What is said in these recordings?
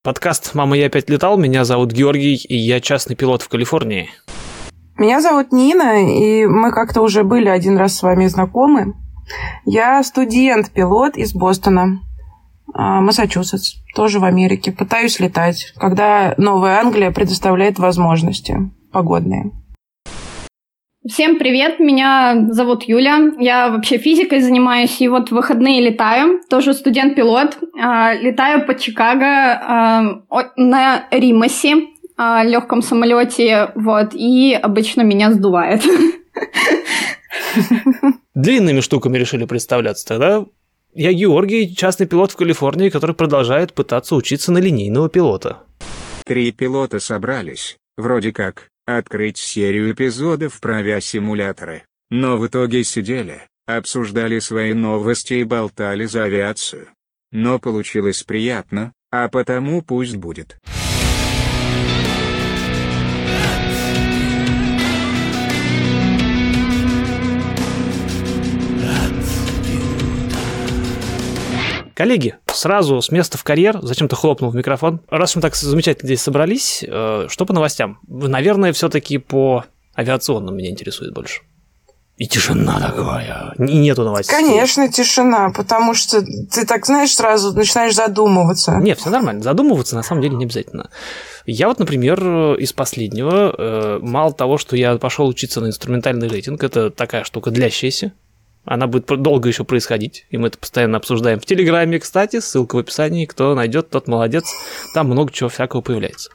Подкаст «Мама, я опять летал». Меня зовут Георгий, и я частный пилот в Калифорнии. Меня зовут Нина, и мы как-то уже были один раз с вами знакомы. Я студент-пилот из Бостона, Массачусетс, тоже в Америке. Пытаюсь летать, когда Новая Англия предоставляет возможности погодные. Всем привет, меня зовут Юля, я вообще физикой занимаюсь, и вот в выходные летаю, тоже студент-пилот, летаю по Чикаго на Римасе, легком самолете, вот, и обычно меня сдувает. Длинными штуками решили представляться тогда. Я Георгий, частный пилот в Калифорнии, который продолжает пытаться учиться на линейного пилота. 3 пилота собрались, вроде как, открыть серию эпизодов про авиасимуляторы, но в итоге сидели, обсуждали свои новости и болтали за авиацию. Но получилось приятно, а потому пусть будет. Коллеги, сразу с места в карьер, зачем-то хлопнул в микрофон. Раз мы так замечательно здесь собрались, что по новостям? Наверное, все-таки по авиационным меня интересует больше. И тишина такая. Нету новостей. Конечно, тишина, потому что ты так, знаешь, сразу начинаешь задумываться. Нет, все нормально. Задумываться на самом деле не обязательно. Я вот, например, из последнего, мало того, что я пошел учиться на инструментальный рейтинг, это такая штука длящаяся. Она будет долго еще происходить, и мы это постоянно обсуждаем в Телеграме, кстати, ссылка в описании, кто найдет, тот молодец, там много чего всякого появляется.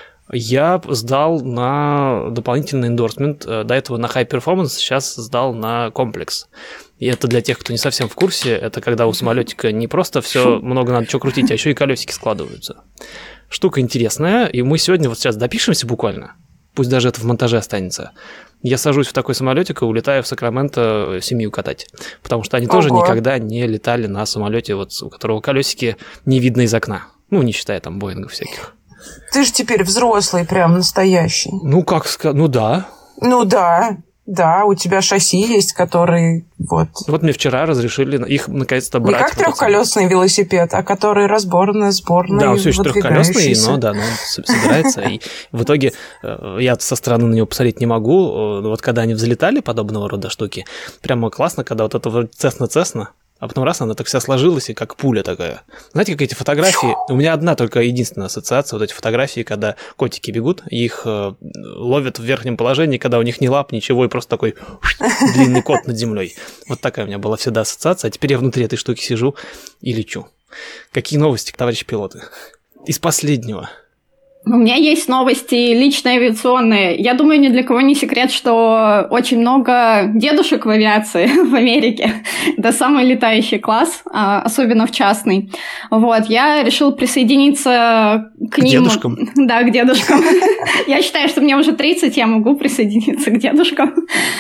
Я сдал на дополнительный эндорсмент, до этого на High Performance, сейчас сдал на комплекс. И это для тех, кто не совсем в курсе, это когда у самолетика не просто все много надо что крутить, а еще и колесики складываются. Штука интересная, и мы сегодня вот сейчас допишемся буквально, пусть даже это в монтаже останется. Я сажусь в такой самолетик и улетаю в Сакраменто семью катать. Потому что они тоже никогда не летали на самолете, вот, у которого колесики не видно из окна. Ну, не считая там Боингов всяких. Ты же теперь взрослый, прям настоящий. Ну, как сказать, ну да. Ну да. Да, у тебя шасси есть, которые вот... Вот мне вчера разрешили их наконец-то брать. Не как трехколесный велосипед, а который разборный, сборный. Да, все еще трехколесный, но да, но он собирается. И в итоге я со стороны на него посмотреть не могу. Вот когда они взлетали, подобного рода штуки, прямо классно, когда вот это вот Цесна, а потом раз, она так вся сложилась, и как пуля такая. Знаете, как эти фотографии? У меня одна только единственная ассоциация, вот эти фотографии, когда котики бегут, их ловят в верхнем положении, когда у них ни лап, ничего, и просто такой длинный кот над землей. Вот такая у меня была всегда ассоциация, а теперь я внутри этой штуки сижу и лечу. Какие новости, товарищи пилоты? Из последнего. У меня есть новости лично авиационные. Я думаю, ни для кого не секрет, что очень много дедушек в авиации в Америке. Это самый летающий класс, особенно в частный. Вот, я решила присоединиться к ним. К дедушкам? Да, к дедушкам. Я считаю, что мне уже 30, я могу присоединиться к дедушкам.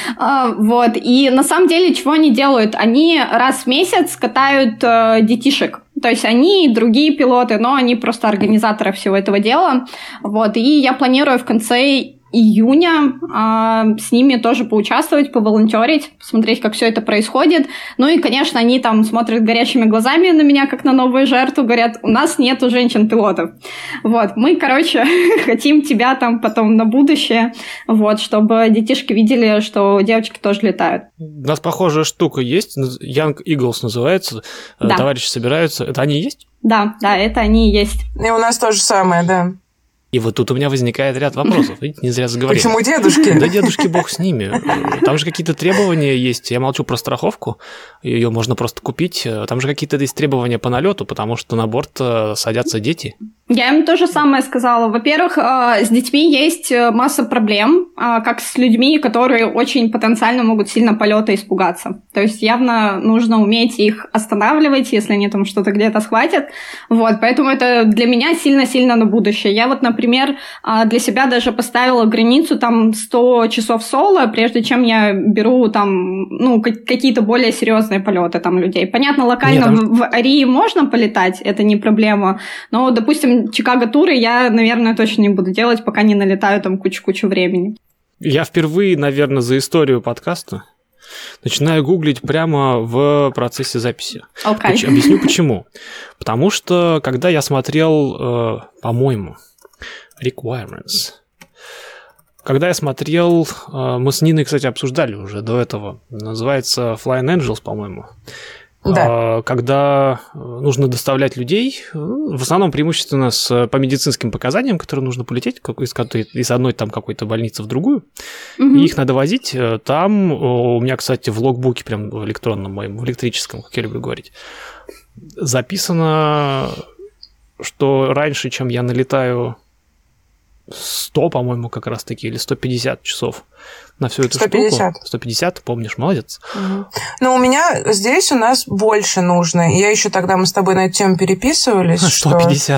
Вот, и на самом деле, чего они делают? Они раз в месяц катают детишек. То есть они и другие пилоты, но они просто организаторы всего этого дела. Вот. И я планирую в конце июня с ними тоже поучаствовать, поволонтерить, посмотреть, как все это происходит. Ну и, конечно, они там смотрят горящими глазами на меня, как на новую жертву, говорят, у нас нету женщин-пилотов. Вот. Мы, короче, хотим тебя там потом на будущее, вот, чтобы детишки видели, что девочки тоже летают. У нас похожая штука есть, Young Eagles называется, да. Товарищи собираются. Это они и есть? Да, это они и есть. И у нас то же самое, да. И вот тут у меня возникает ряд вопросов. Видите, не зря заговорили. Почему дедушки? Да дедушки бог с ними. Там же какие-то требования есть. Я молчу про страховку. Ее можно просто купить. Там же какие-то есть требования по налету, потому что на борт садятся дети. Я им то же самое сказала. Во-первых, с детьми есть масса проблем, как с людьми, которые очень потенциально могут сильно полета испугаться. То есть явно нужно уметь их останавливать, если они там что-то где-то схватят. Вот, поэтому это для меня сильно-сильно на будущее. Я вот, например, для себя даже поставила границу там 100 часов соло, прежде чем я беру там, ну, какие-то более серьезные полеты там людей. Понятно, локально в Арии можно полетать, это не проблема, но, допустим, Чикаго-туры я, наверное, точно не буду делать, пока не налетаю там кучу-кучу времени. Я впервые, наверное, за историю подкаста Начинаю гуглить прямо в процессе записи. Okay. Объясню почему. Потому что, когда я смотрел, по-моему, Requirements, когда я смотрел, мы с Ниной, кстати, обсуждали уже до этого, называется Flying Angels, по-моему. Да. Когда нужно доставлять людей, в основном преимущественно по медицинским показаниям, которые нужно полететь из одной там какой-то больницы в другую, и их надо возить. Там у меня, кстати, в логбуке, прям в электронном моем, в электрическом, как я люблю говорить, записано, что раньше, чем я налетаю 100, по-моему, как раз-таки, или 150 часов на всю эту 150. штуку. 150, помнишь, молодец. Ну, у меня здесь у нас больше нужно. Я еще тогда, мы с тобой на эту тему переписывались. 150.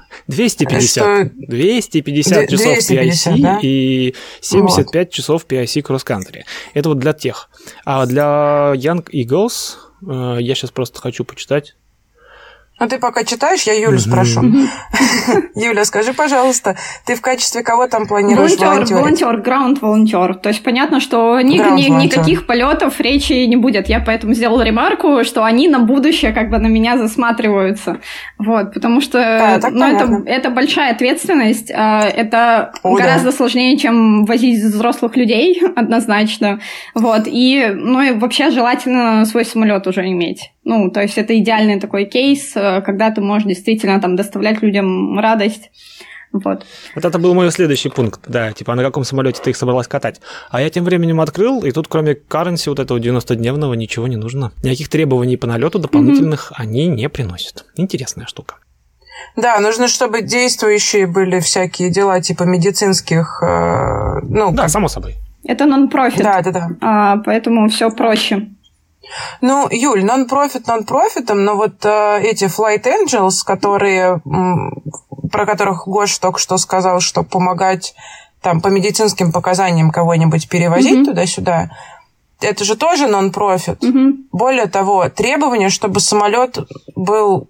250. 250 часов 250, PIC, да? и 75 часов PIC cross-country. Это вот для тех. А для Young Eagles я сейчас просто хочу почитать. Ну, ты пока читаешь, я Юлю спрошу. Юля, скажи, пожалуйста, ты в качестве кого там планируешь волонтерить? Волонтер. То есть понятно, что никаких полетов речи не будет. Я поэтому сделала ремарку, что они на будущее как бы на меня засматриваются. Вот, потому что это большая ответственность. Это гораздо сложнее, чем возить взрослых людей, однозначно. Вот, и вообще желательно свой самолет уже иметь. Ну, то есть это идеальный такой кейс, когда ты можешь действительно там доставлять людям радость. Вот это был мой следующий пункт, да, типа, а на каком самолете ты их собралась катать? А я тем временем открыл, и тут кроме currency вот этого 90-дневного ничего не нужно. Никаких требований по налету дополнительных они не приносят. Интересная штука. Да, нужно, чтобы действующие были всякие дела типа медицинских... да, само собой. Это нон-профит. Да. Поэтому все проще. Ну, Юль, нон-профит нон-профитом, но вот эти Flight Angels, про которых Гош только что сказал, что помогать там по медицинским показаниям кого-нибудь перевозить туда-сюда, это же тоже нон-профит. Более того, требование, чтобы самолет был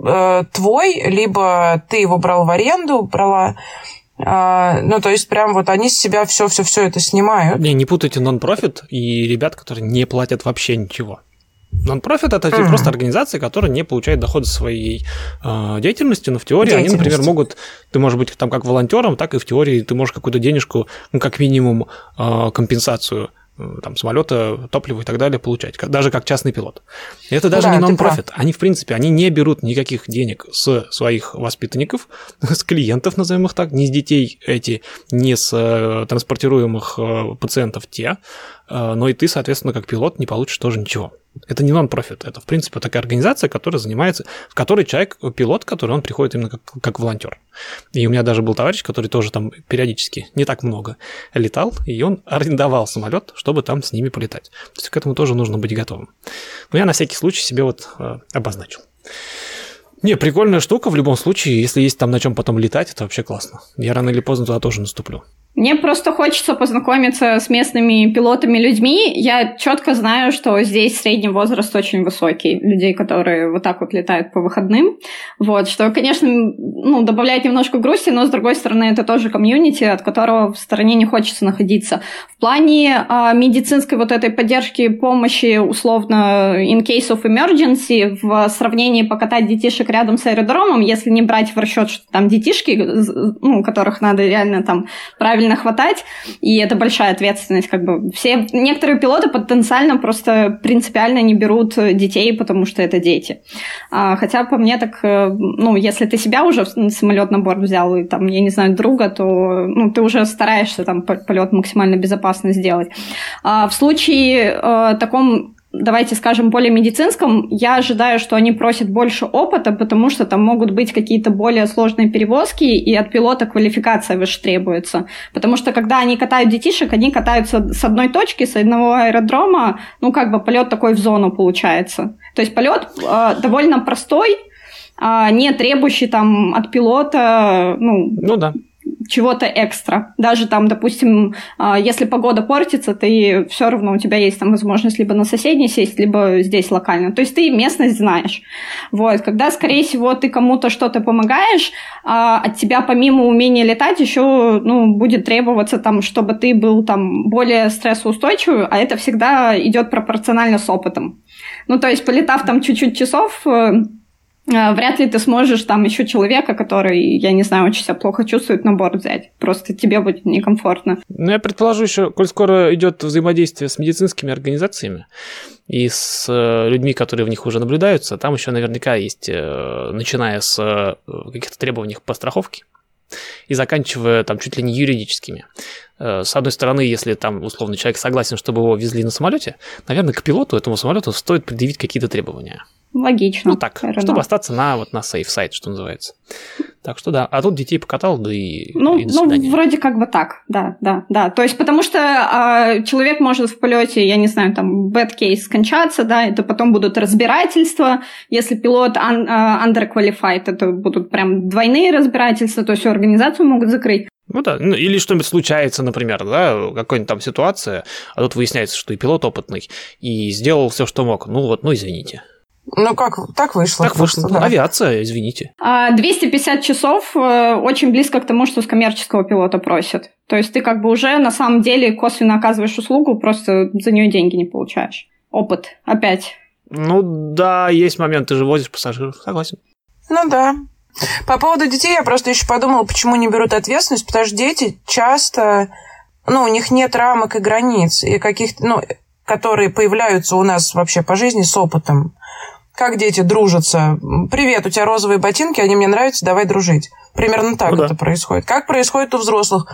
твой, либо ты его брал в аренду, брала... Ну, то есть, прям вот они с себя все это снимают. Не путайте нон-профит и ребят, которые не платят вообще ничего. Нон-профит – это просто организация, которая не получает дохода своей деятельности, но в теории они, например, могут, ты можешь быть там как волонтером, так и в теории ты можешь какую-то денежку, как минимум компенсацию там, самолета, топлива и так далее получать, даже как частный пилот. И это даже не нон-профит. Они, в принципе, они не берут никаких денег с своих воспитанников, с клиентов, назовем их так, не с детей не с транспортируемых пациентов но и ты, соответственно, как пилот не получишь тоже ничего. Это не нон-профит, это, в принципе, такая организация, которая занимается, в которой человек, пилот, который он приходит именно как волонтер. И у меня даже был товарищ, который тоже там периодически, не так много, летал, и он арендовал самолет, чтобы там с ними полетать. То есть к этому тоже нужно быть готовым. Но я на всякий случай себе обозначил. Не, прикольная штука в любом случае, если есть там на чем потом летать, это вообще классно. Я рано или поздно туда тоже наступлю. Мне просто хочется познакомиться с местными пилотами, людьми. Я четко знаю, что здесь средний возраст очень высокий людей, которые вот так вот летают по выходным. Вот, что, конечно, добавляет немножко грусти, но, с другой стороны, это тоже комьюнити, от которого в стороне не хочется находиться. В плане медицинской вот этой поддержки, помощи, условно, in case of emergency, в сравнении покатать детишек рядом с аэродромом, если не брать в расчет, что там детишки, которых надо реально там правильно хватать, и это большая ответственность, как бы некоторые пилоты потенциально просто принципиально не берут детей, потому что это дети. Хотя по мне так, если ты себя уже в самолет на борт взял и там, я не знаю, друга, то ты уже стараешься там полет максимально безопасно сделать. В случае таком, давайте скажем, более медицинском, я ожидаю, что они просят больше опыта, потому что там могут быть какие-то более сложные перевозки, и от пилота квалификация выше требуется. Потому что когда они катают детишек, они катаются с одной точки, с одного аэродрома, полет такой в зону получается. То есть полет довольно простой, не требующий там от пилота, да. чего-то экстра. Даже там, допустим, если погода портится, ты все равно у тебя есть там возможность либо на соседней сесть, либо здесь локально. То есть ты местность знаешь. Вот. Когда, скорее всего, ты кому-то что-то помогаешь, от тебя помимо умения летать еще будет требоваться, там, чтобы ты был там более стрессоустойчивый, а это всегда идет пропорционально с опытом. То есть, полетав там чуть-чуть часов, вряд ли ты сможешь там еще человека, который, я не знаю, очень себя плохо чувствует, на борт взять. Просто тебе будет некомфортно. Я предположу еще, коль скоро идет взаимодействие с медицинскими организациями и с людьми, которые в них уже наблюдаются, там еще наверняка есть, начиная с каких-то требований по страховке и заканчивая там чуть ли не юридическими. С одной стороны, если там условно человек согласен, чтобы его везли на самолете, наверное, к пилоту этому самолету стоит предъявить какие-то требования. Логично. Так, чтобы остаться на safe side, что называется. Так что да. А тут детей покатал, да и до свидания. Вроде как бы так, да. То есть, потому что человек может в полете, я не знаю, там, bad case скончаться, да, это потом будут разбирательства. Если пилот underqualified, это будут прям двойные разбирательства, то есть всю организацию могут закрыть. Да, или что-нибудь случается, например, да, какая-нибудь там ситуация, а тут выясняется, что и пилот опытный, и сделал все, что мог. Извините. Как так вышло? Так вышло. Да. Авиация, извините. 250 часов очень близко к тому, что с коммерческого пилота просят. То есть ты как бы уже на самом деле косвенно оказываешь услугу, просто за нее деньги не получаешь. Опыт опять. Да, есть момент, ты же возишь пассажиров, согласен. Да. По поводу детей я просто еще подумала, почему не берут ответственность, потому что дети часто, у них нет рамок и границ, и каких-то, которые появляются у нас вообще по жизни с опытом. Как дети дружатся. Привет, у тебя розовые ботинки, они мне нравятся, давай дружить. Примерно так это происходит. Как происходит у взрослых?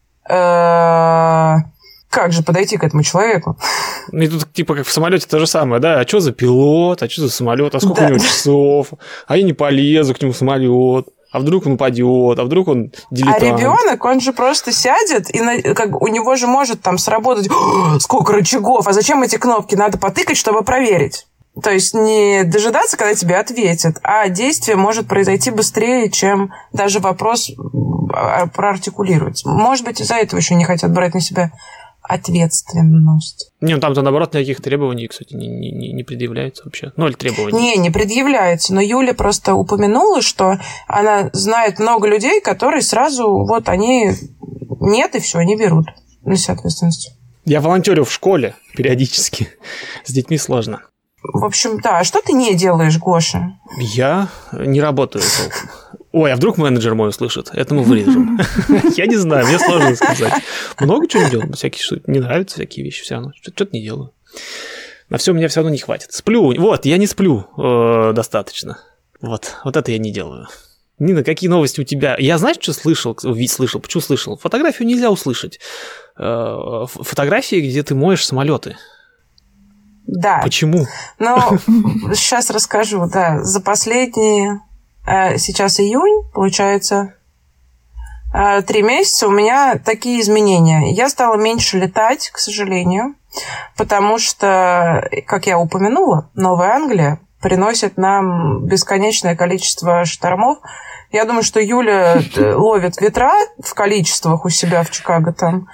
Как же подойти к этому человеку? И тут типа как в самолете то же самое, да? А что за пилот? А что за самолет? А сколько у него часов? А я не полезу к нему в самолет. А вдруг он упадет, а вдруг он дилетант. А ребенок, он же просто сядет, и у него же может там сработать сколько рычагов, а зачем эти кнопки? Надо потыкать, чтобы проверить. То есть не дожидаться, когда тебе ответят, а действие может произойти быстрее, чем даже вопрос проартикулируется. Может быть, из-за этого еще не хотят брать на себя ответственность. Там-то, наоборот, никаких требований, кстати, не предъявляется вообще. 0 требований. Не предъявляется. Но Юля просто упомянула, что она знает много людей, которые сразу, они нет, и все, они берут на себя ответственность. Я волонтерю в школе периодически. С детьми сложно. В общем, да. А что ты не делаешь, Гоша? Я не работаю толком. Ой, а вдруг менеджер мой услышит? Это мы вырежем. Я не знаю, мне сложно сказать. Много чего не делаю. Всякие, что не нравятся, всякие вещи все равно. Что-то не делаю. На все меня все равно не хватит. Сплю. Я не сплю достаточно. Вот это я не делаю. Нина, какие новости у тебя? Я, знаешь, что слышал? Почему слышал? Фотографию нельзя услышать. Фотографии, где ты моешь самолеты. Да. Почему? Сейчас расскажу, да. За последние... Сейчас июнь, получается, 3 месяца у меня такие изменения. Я стала меньше летать, к сожалению, потому что, как я упомянула, Новая Англия приносит нам бесконечное количество штормов. Я думаю, что Юля ловит ветра в количествах у себя в Чикаго там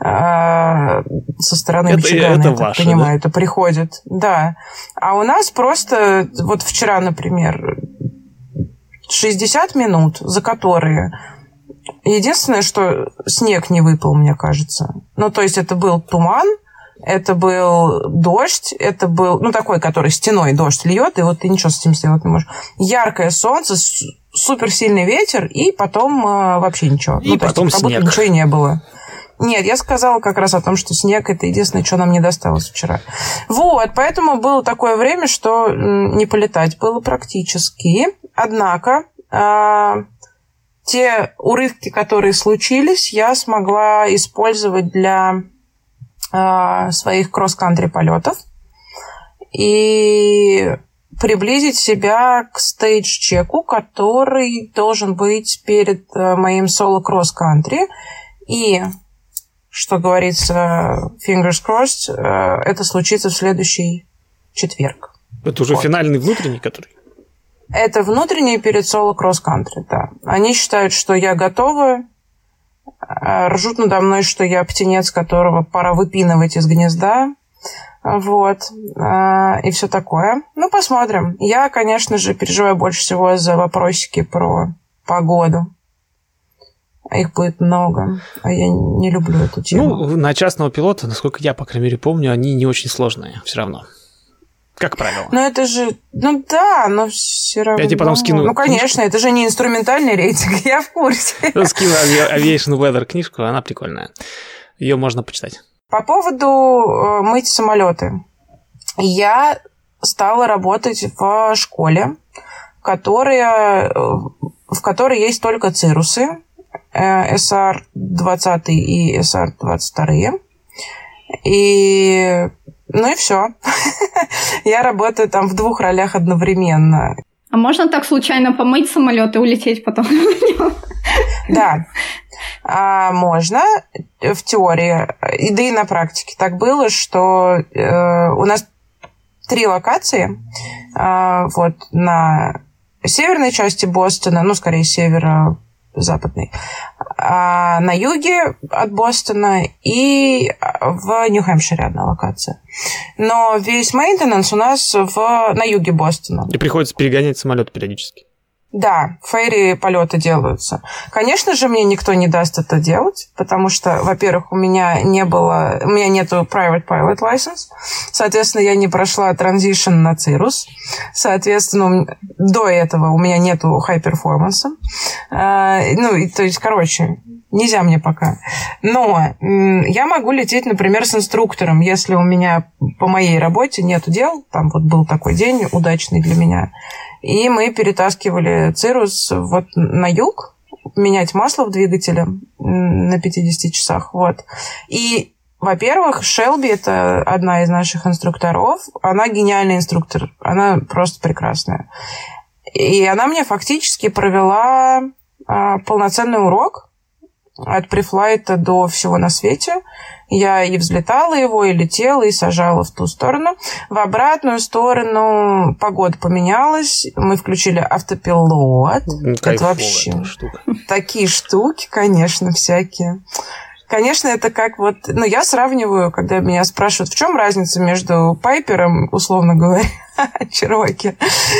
со стороны Мичигана, я так понимаю, это приходит. Да. А у нас просто, вчера, например, 60 минут, за которые единственное, что снег не выпал, мне кажется. То есть это был туман, это был дождь, это был, такой, который стеной дождь льет, и ты ничего с этим сделать не можешь. Яркое солнце, суперсильный ветер, и потом вообще ничего. И потом как будто ничего и не было. Нет, я сказала как раз о том, что снег – это единственное, что нам не досталось вчера. Поэтому было такое время, что не полетать было практически. Однако те урывки, которые случились, я смогла использовать для своих кросс-кантри полетов и приблизить себя к стейдж-чеку, который должен быть перед моим соло кросс-кантри. И, что говорится, fingers crossed, это случится в следующий четверг. Это уже финальный внутренний, который? Это внутренний перед соло кросс-кантри, да. Они считают, что я готова, Ржут надо мной, что я птенец, которого пора выпинывать из гнезда. Вот. И все такое. Ну, посмотрим. Я, конечно же, переживаю больше всего за вопросики про погоду. Их будет много, а я не люблю эту тему. Ну, на частного пилота, насколько я, по крайней мере, помню, они не очень сложные все равно. Как правило. Ну, это же... Ну, да, но все равно... Я тебе потом скину Ну, конечно, книжку. это же не инструментальный рейтинг, я в курсе. Я скину Aviation Weather книжку, она прикольная. Ее можно почитать. По поводу мыть самолеты. Я стала работать в школе, в которой есть только цирусы, SR-20 и SR-22. И... Ну и все. Я работаю там в 2 ролях одновременно. А можно так случайно помыть самолет и улететь потом? Да. Можно в теории, да и на практике. Так было, что у нас 3 локации. Вот на северной части Бостона, ну, скорее, северо-западной, на юге от Бостона и в Нью-Хэмпшире одна локация. Но весь мейнтенанс у нас на юге Бостона. И приходится перегонять самолет периодически. Да, ферри полеты делаются. Конечно же, мне никто не даст это делать, потому что, во-первых, у меня нету private pilot license, соответственно, я не прошла transition на Cirrus, соответственно, до этого у меня нету high performance. То есть, короче, нельзя мне пока. Но я могу лететь, например, с инструктором, если у меня по моей работе нету дел, там вот был такой день удачный для меня, и мы перетаскивали Cirrus вот на юг, менять масло в двигателе на 50 часах. Вот. И, во-первых, Шелби, это одна из наших инструкторов, она гениальный инструктор, она просто прекрасная. И она мне фактически провела полноценный урок от префлайта до всего на свете. Я и взлетала его, и летела, и сажала в ту сторону. В обратную сторону погода поменялась. Мы включили автопилот. Это вообще штука. Такие штуки, конечно, всякие. Конечно, это как вот... Ну, я сравниваю, когда меня спрашивают, в чем разница между Пайпером, условно говоря, Чероки,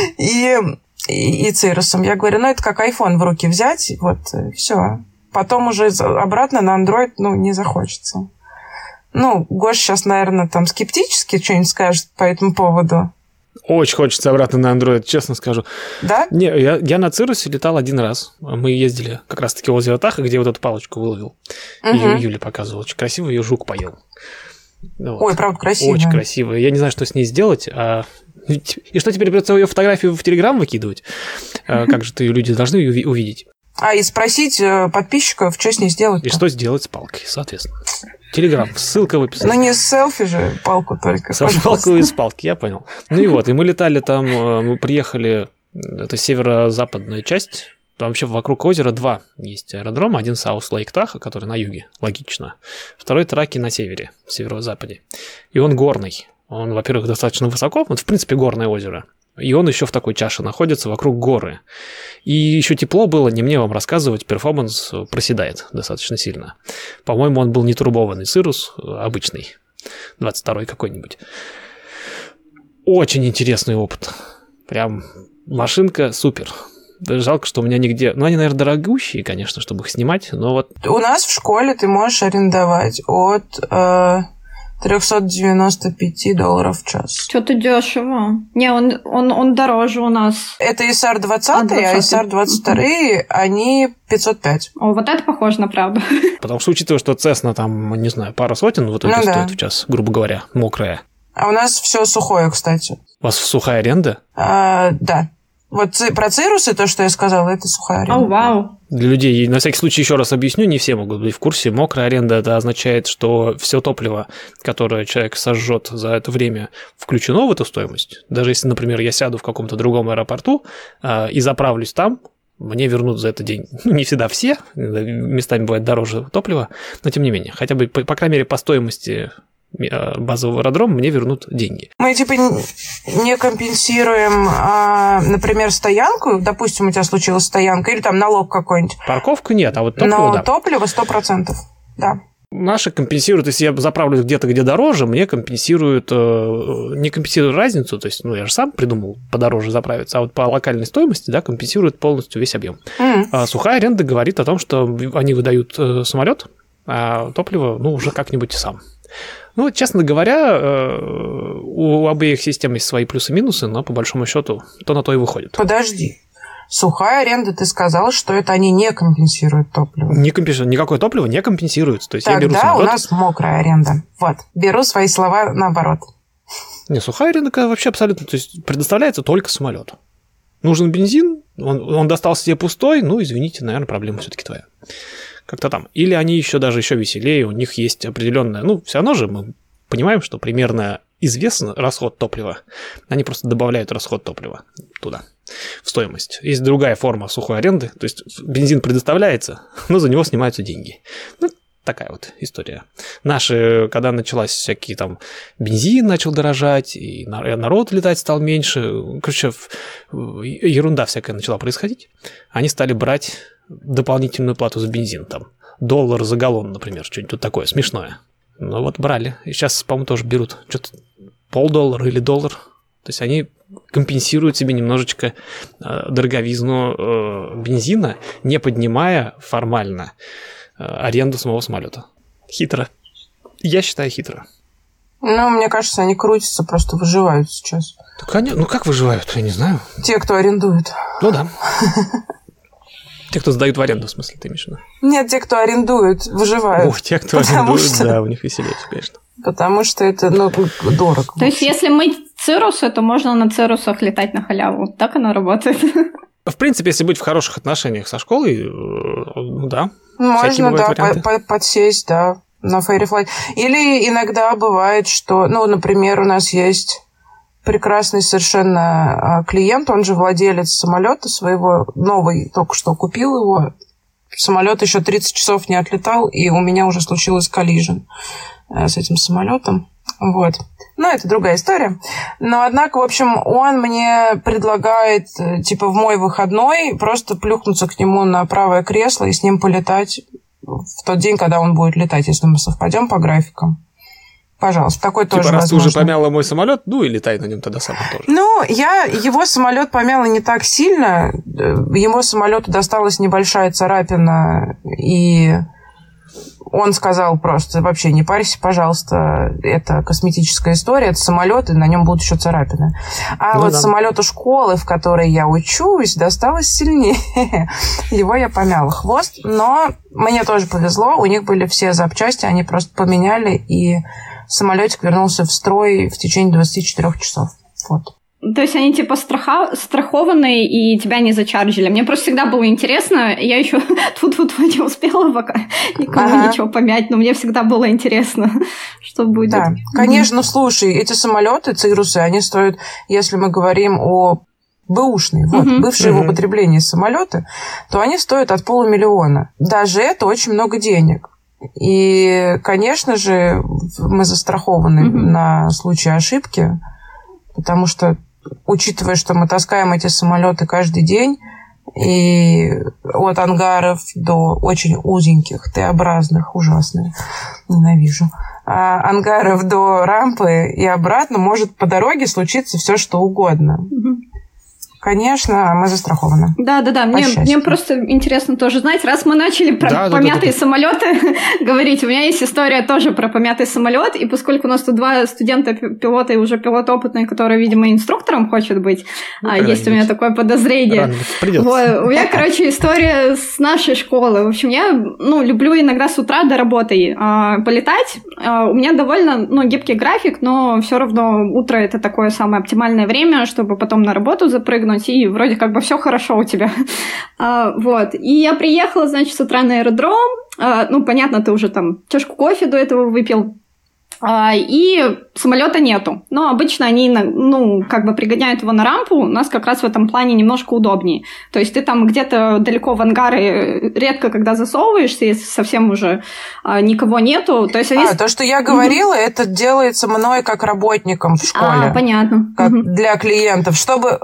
и Цирусом. Я говорю, это как iPhone в руки взять, вот, все. Потом уже обратно на Android, не захочется. Гоша сейчас, наверное, там скептически что-нибудь скажет по этому поводу. Очень хочется обратно на Android, честно скажу. Да? Не, я на Цирусе летал один раз. Мы ездили как раз-таки возле Атаха, где вот эту палочку выловил. Юля показывала. Очень красиво, ее жук поел. Вот. Ой, правда, красиво. Очень красиво. Я не знаю, что с ней сделать. И что теперь придется ее фотографию в Телеграм выкидывать? Как же люди должны ее увидеть? И спросить подписчиков, что с ней сделать. И что сделать с палкой, соответственно. Телеграм, ссылка в описании. Не селфи же, палку только. Палку из палки, я понял. И мы летали там, мы приехали, это северо-западная часть, там вообще вокруг озера 2 есть аэродрома, один Саус Лейк Таха, который на юге, логично, второй Траки на севере, в северо-западе. И он горный, он, во-первых, достаточно высоко, в принципе, горное озеро. И он еще в такой чаше находится, вокруг горы. И еще тепло было, не мне вам рассказывать, перформанс проседает достаточно сильно. По-моему, он был не турбованный Cirrus, обычный, 22-й какой-нибудь. Очень интересный опыт. Прям машинка супер. Жалко, что у меня нигде... они, наверное, дорогущие, конечно, чтобы их снимать, но вот... У нас в школе ты можешь арендовать от... $395 в час. Что-то дешево. Не, он дороже у нас. Это SR-20, а SR-22, они 505. О, вот это похоже на правду. Потому что, учитывая, что Cessna там, не знаю, пара сотен в итоге стоит в час, грубо говоря, мокрая. А у нас все сухое, кстати. У вас сухая аренда? Да. Вот про Цирусы, то, что я сказала, это сухая аренда. О, вау. Для людей, на всякий случай, еще раз объясню, не все могут быть в курсе. Мокрая аренда – это означает, что все топливо, которое человек сожжет за это время, включено в эту стоимость. Даже если, например, я сяду в каком-то другом аэропорту и заправлюсь там, мне вернут за это деньги. Не всегда все, местами бывает дороже топлива, но тем не менее, хотя бы, по крайней мере, по стоимости базового аэродрома, мне вернут деньги. Мы типа не компенсируем, например, стоянку, допустим, у тебя случилась стоянка, или там налог какой-нибудь. Парковку нет, а вот топливо, но да. топливо 100%, да. Наши компенсируют, если я заправлюсь где-то, где дороже, мне компенсируют, не компенсируют разницу, то есть, я же сам придумал подороже заправиться, а вот по локальной стоимости, да, компенсируют полностью весь объем. А сухая аренда говорит о том, что они выдают самолет, а топливо, уже как-нибудь сам. Честно говоря, у обеих систем есть свои плюсы и минусы, но по большому счету то на то и выходит. Подожди. Сухая аренда, ты сказал, что это они не компенсируют топливо. Не компенсируют. Никакое топливо не компенсируется. То есть тогда я беру самолет... у нас мокрая аренда. Вот. Беру свои слова наоборот. Не, сухая аренда вообще абсолютно... То есть предоставляется только самолету. Нужен бензин, он достался тебе пустой, извините, наверное, проблема все-таки твоя. Как-то там. Или они еще веселее, у них есть определенная... все равно же мы понимаем, что примерно известен расход топлива. Они просто добавляют расход топлива туда, в стоимость. Есть другая форма сухой аренды, то есть бензин предоставляется, но за него снимаются деньги. Такая вот история. Наши, когда началась всякие там... Бензин начал дорожать, и народ летать стал меньше. Короче, ерунда всякая начала происходить. Они стали брать дополнительную плату за бензин. Там $1 за галлон, например, что-нибудь тут такое смешное. Брали. И сейчас, по-моему, тоже берут что-то $0.50 или $1. То есть они компенсируют себе немножечко дороговизну бензина, не поднимая формально аренду самого самолета. Хитро. Я считаю, хитро. Мне кажется, они крутятся, просто выживают сейчас. Так они, как выживают, я не знаю. Те, кто арендует. Да. Те, кто сдают в аренду, в смысле, ты имеешь в виду? Нет, те, кто арендует, выживают. Те, кто арендует, да, у них веселее, конечно. Потому что это, дорого. То есть, если мыть цирусы, то можно на цирусах летать на халяву. Так оно работает. В принципе, если быть в хороших отношениях со школой, да. Можно, да, подсесть, да, на Fairyflight. Или иногда бывает, что, например, у нас есть прекрасный совершенно клиент, он же владелец самолета своего, новый, только что купил его. Самолет еще 30 часов не отлетал, и у меня уже случилось коллижен с этим самолетом. Вот. Это другая история. Но, однако, в общем, он мне предлагает, в мой выходной просто плюхнуться к нему на правое кресло и с ним полетать в тот день, когда он будет летать, если мы совпадем по графикам. Пожалуйста, такой тоже раз возможно. Ты уже помяла мой самолет, и летай на нем тогда сам тоже. Я его самолет помяла не так сильно. Его самолету досталась небольшая царапина, и он сказал просто: вообще не парься, пожалуйста, это косметическая история, это самолет, и на нем будут еще царапины. Самолету школы, в которой я учусь, досталось сильнее. Его я помяла хвост, но мне тоже повезло, у них были все запчасти, они просто поменяли, и самолетик вернулся в строй в течение 24 часов. Вот. То есть они страхованные и тебя не зачарджили. Мне просто всегда было интересно, я еще тут не успела пока никому ничего помять, но мне всегда было интересно, что будет. Да, конечно, слушай, эти самолеты, цирусы, они стоят, если мы говорим о бэушные, бывшие в употреблении самолеты, то они стоят от $500,000. Даже это очень много денег. И, конечно же, мы застрахованы на случай ошибки, потому что, учитывая, что мы таскаем эти самолеты каждый день, и от ангаров до очень узеньких, Т-образных, ужасные, ненавижу, ангаров до рампы и обратно может по дороге случиться все, что угодно. Конечно, мы застрахованы. Да. Мне просто интересно тоже знать, раз мы начали про помятые самолеты говорить, у меня есть история тоже про помятый самолет, и поскольку у нас тут 2 студента-пилота и уже пилот опытный, который, видимо, инструктором хочет быть, есть у меня такое подозрение. У меня, история с нашей школы. В общем, я люблю иногда с утра до работы полетать. У меня довольно гибкий график, но все равно утро это такое самое оптимальное время, чтобы потом на работу запрыгнуть, и вроде как бы все хорошо у тебя. И я приехала, с утра на аэродром. Понятно, ты уже там чашку кофе до этого выпил. и самолета нету. Но обычно они, пригоняют его на рампу. У нас как раз в этом плане немножко удобнее. То есть ты там где-то далеко в ангары редко когда засовываешься, если совсем уже никого нету. То есть то, что я говорила, это делается мной как работником в школе. Понятно. Как для клиентов. Чтобы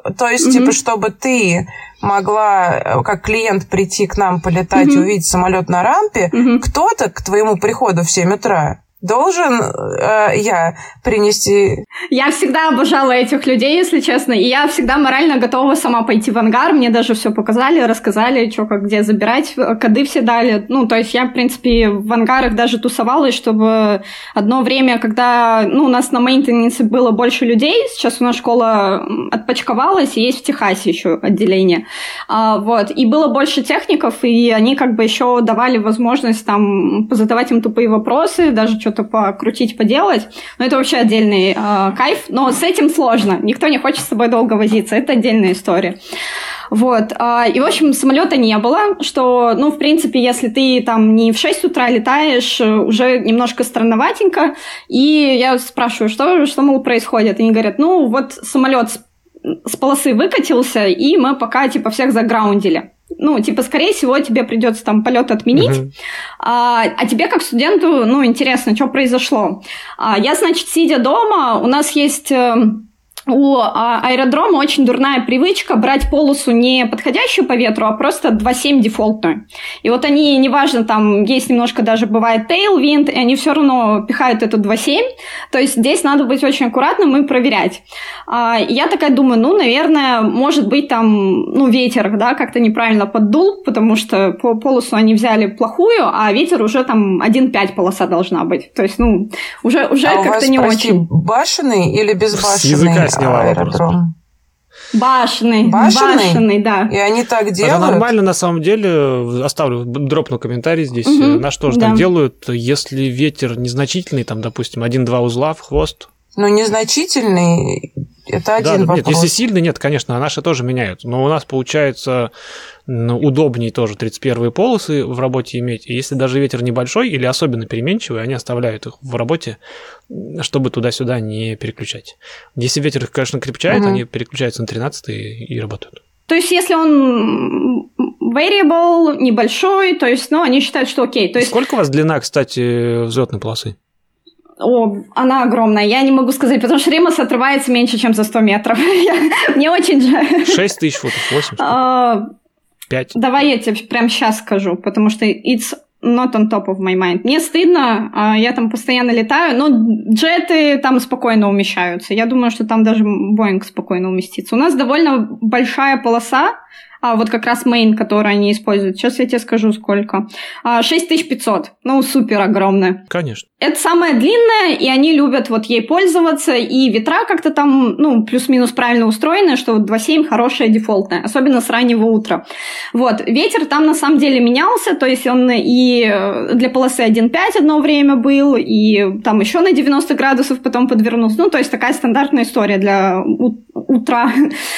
ты могла, как клиент, прийти к нам, полетать, увидеть самолет на рампе, кто-то к твоему приходу в 7 утра должен я принести... Я всегда обожала этих людей, если честно, и я всегда морально готова сама пойти в ангар, мне даже все показали, рассказали, что, как, где забирать, коды все дали. То есть я, в принципе, в ангарах даже тусовалась, чтобы одно время, когда, у нас на мейнтенансе было больше людей, сейчас у нас школа отпочковалась, и есть в Техасе еще отделение, и было больше техников, и они еще давали возможность там позадавать им тупые вопросы, даже что-то покрутить, поделать. Но это вообще отдельный кайф. Но с этим сложно. Никто не хочет с собой долго возиться. Это отдельная история. И, в общем, самолета не было, что, в принципе, если ты там не в 6 утра летаешь, уже немножко странноватенько. И я спрашиваю, что мол, происходит? И они говорят, самолет с полосы выкатился, и мы пока, всех заграундили. Скорее всего, тебе придется там полет отменить. А тебе, как студенту, интересно, что произошло. Я, значит, сидя дома, у нас есть... У аэродрома очень дурная привычка брать полосу не подходящую по ветру, а просто 2.7 дефолтную. И вот они, неважно, там есть немножко даже бывает tailwind, и они все равно пихают эту 2.7. То есть здесь надо быть очень аккуратным и проверять. Я такая думаю, наверное, может быть там, ветер, да, как-то неправильно поддул, потому что по полосу они взяли плохую, а ветер уже там 1.5 полоса должна быть. То есть, уже как-то не очень. Башенный или безбашенный? Аэродром. Башенный, да. И они так делают? Это нормально, на самом деле. Дропну комментарий здесь. На что же так делают, если ветер незначительный, там, допустим, 1-2 узла в хвост? Незначительный, это один вопрос. Нет, если сильный, нет, конечно, наши тоже меняют. Но у нас, получается, удобнее тоже 31-е полосы в работе иметь. И если даже ветер небольшой или особенно переменчивый, они оставляют их в работе, чтобы туда-сюда не переключать. Если ветер их, конечно, крепчает, они переключаются на 13-е и работают. То есть, если он variable, небольшой, то есть, они считают, что окей. То есть... Сколько у вас длина, кстати, взлетной полосы? Она огромная. Я не могу сказать, потому что Римас отрывается меньше, чем за 100 метров. Мне очень жаль. 6 тысяч футов, 8? 5? Давай я тебе прямо сейчас скажу, потому что it's not on top of my mind. Мне стыдно, я там постоянно летаю, но джеты там спокойно умещаются. Я думаю, что там даже Боинг спокойно уместится. У нас довольно большая полоса, вот как раз мейн, который они используют. Сейчас я тебе скажу, сколько. 6500. Супер огромная. Конечно. Это самая длинная, и они любят ей пользоваться, и ветра как-то там, плюс-минус правильно устроены, что 2.7 хорошая дефолтная, особенно с раннего утра. Ветер там на самом деле менялся, то есть он и для полосы 1.5 одно время был, и там еще на 90 градусов потом подвернулся. То есть такая стандартная история для утра.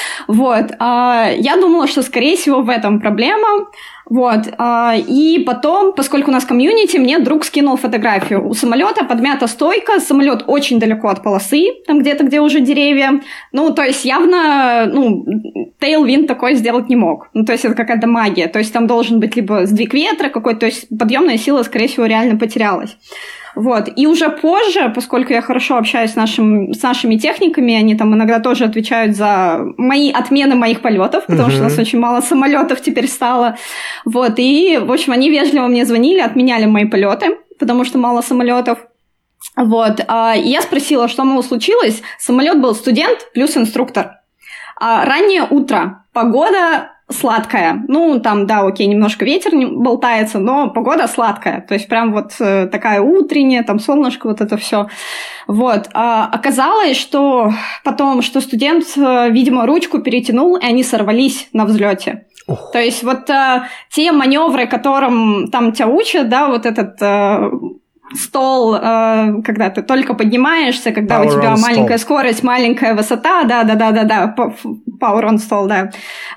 Я думала, что, скорее всего, в этом проблема. И потом, поскольку у нас комьюнити, мне друг скинул фотографию. У самолета подмята стойка, самолет очень далеко от полосы, там где-то, где уже деревья. То есть явно, tailwind такой сделать не мог. То есть это какая-то магия. То есть там должен быть либо сдвиг ветра какой-то, то есть подъемная сила, скорее всего, реально потерялась. И уже позже, поскольку я хорошо общаюсь с нашими техниками, они там иногда тоже отвечают за отмены моих полетов, потому что у нас очень мало самолетов теперь стало. И, в общем, они вежливо мне звонили, отменяли мои полеты, потому что мало самолетов. И я спросила, что, мол, случилось. Самолет был студент плюс инструктор. Раннее утро, погода сладкая. Там, да, окей, немножко ветер болтается, но погода сладкая. То есть прям такая утренняя, там солнышко, это все. Оказалось, что потом, что студент, видимо, ручку перетянул, и они сорвались на взлете. То есть те маневры, которым там тебя учат, да, этот стол, когда ты только поднимаешься, когда у тебя маленькая скорость, маленькая высота, да, power on stall, да,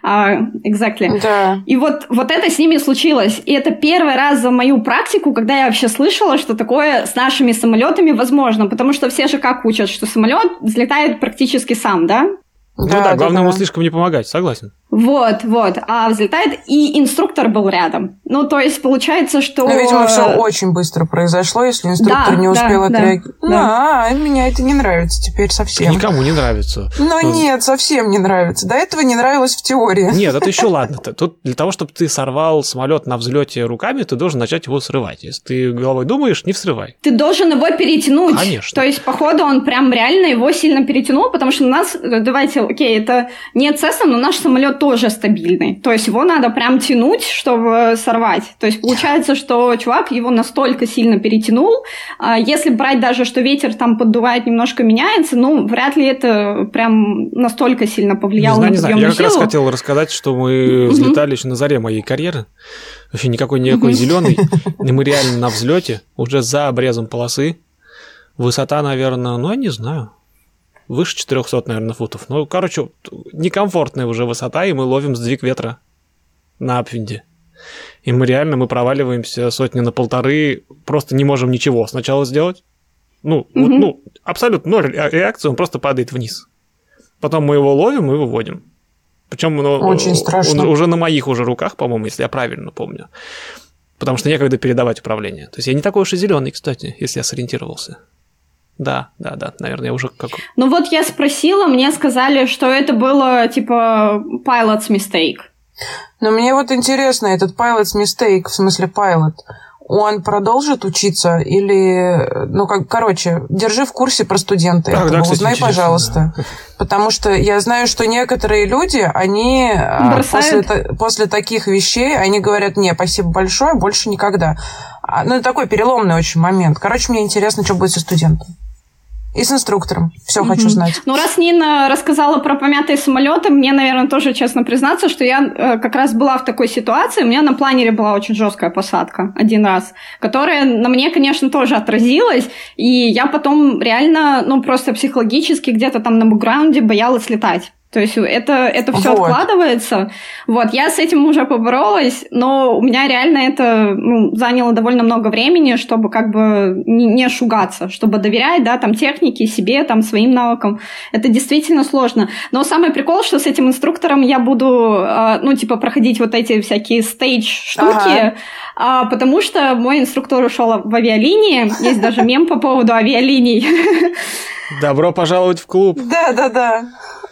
exactly. Да. И вот это с ними случилось, и это первый раз за мою практику, когда я вообще слышала, что такое с нашими самолетами возможно, потому что все же как учат, что самолет взлетает практически сам, да? Да, главное ему слишком не помогать, согласен. Вот, а взлетает, и инструктор был рядом. Ну, то есть, получается, что... Ну, видимо, все очень быстро произошло, если инструктор не успел отреагировать. Мне это не нравится теперь совсем. Никому не нравится. Нет, совсем не нравится. До этого не нравилось в теории. Нет, это еще ладно. Тут для того, чтобы ты сорвал самолет на взлете руками, ты должен начать его срывать. Если ты головой думаешь, не всрывай. Ты должен его перетянуть. Конечно. То есть, походу, он прям реально его сильно перетянул, потому что у нас, давайте, окей, это не Cessna, но наш самолет тоже стабильный. То есть его надо прям тянуть, чтобы сорвать. То есть получается, что чувак его настолько сильно перетянул. Если брать даже, что ветер там поддувает, немножко меняется, ну, вряд ли это прям настолько сильно повлияло на подъемную силу. Я как раз хотел рассказать, что мы взлетали еще на заре моей карьеры. Вообще никакой зеленый. И мы реально на взлете, уже за обрезом полосы. Высота, наверное, я не знаю. Выше 400, наверное, футов. Ну, короче, некомфортная уже высота, и мы ловим сдвиг ветра на апвинде. И мы проваливаемся 100-1.5, просто не можем ничего сначала сделать. Абсолютно ноль реакции, он просто падает вниз. Потом мы его ловим и выводим. Причем очень страшно. Он уже на моих уже руках, по-моему, если я правильно помню. Потому что некогда передавать управление. То есть я не такой уж и зеленый, кстати, если я сориентировался. Да, наверное, я уже как... Ну вот я спросила, мне сказали, что это было типа pilot's mistake. Но мне вот интересно, этот pilot's mistake, в смысле pilot, он продолжит учиться или... держи в курсе про студента этого, кстати, узнай, пожалуйста. Да. Потому что я знаю, что некоторые люди, они после таких вещей, они говорят, не, спасибо большое, больше никогда. Это такой переломный очень момент. Мне интересно, что будет со студентом. И с инструктором. Все хочу знать. Ну, раз Нина рассказала про помятые самолеты, мне, наверное, тоже честно признаться, что я как раз была в такой ситуации. У меня на планере была очень жесткая посадка один раз, которая на мне, конечно, тоже отразилась. И я потом реально, просто психологически где-то там на бэкграунде боялась летать. То есть это все откладывается. Я с этим уже поборолась, но у меня реально это заняло довольно много времени, чтобы как бы не шугаться, чтобы доверять, технике, себе, своим навыкам. Это действительно сложно. Но самый прикол, что с этим инструктором я буду, проходить вот эти всякие стейдж-штуки, потому что мой инструктор ушел в авиалинии. Есть даже мем по поводу авиалиний. Добро пожаловать в клуб. Да.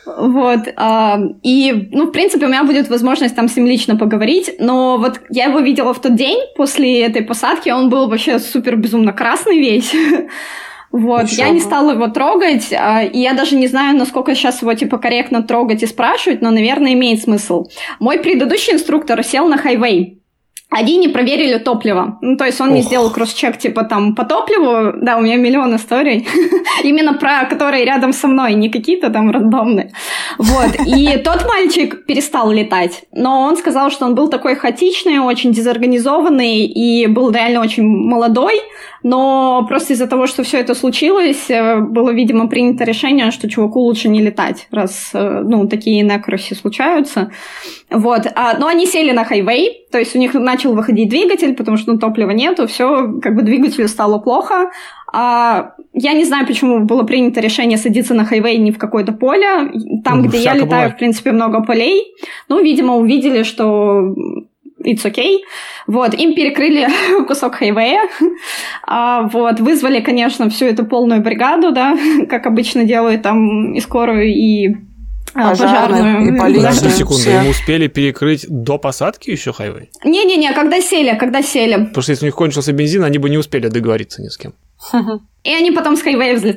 И, в принципе, у меня будет возможность там с ним лично поговорить, но я его видела в тот день после этой посадки, он был вообще супер безумно красный весь. Я не стала его трогать, и я даже не знаю, насколько сейчас его корректно трогать и спрашивать, но, наверное, имеет смысл. Мой предыдущий инструктор сел на хайвей. Они не проверили топливо. То есть он не сделал кросс-чек по топливу. Да, у меня миллион историй. Именно про которые рядом со мной, не какие-то там рандомные. И тот мальчик перестал летать. Но он сказал, что он был такой хаотичный, очень дезорганизованный и был реально очень молодой. Но просто из-за того, что все это случилось, было, видимо, принято решение, что чуваку лучше не летать, раз такие inaccuracy случаются. Но они сели на хайвей, то есть у них начал выходить двигатель, потому что топлива нету, все, двигателю стало плохо. Я не знаю, почему было принято решение садиться на хайвей не в какое-то поле. Там, где я летаю, в принципе, много полей. Видимо, увидели, что... it's okay. Им перекрыли кусок хайвея. Вызвали, конечно, всю эту полную бригаду, как обычно делают там и скорую, и пожарную. И полицию. Подожди секунду, ему успели перекрыть до посадки еще хайвей? Не-не-не, когда сели. Потому что если у них кончился бензин, они бы не успели договориться ни с кем. И они потом с хайвея взлетали.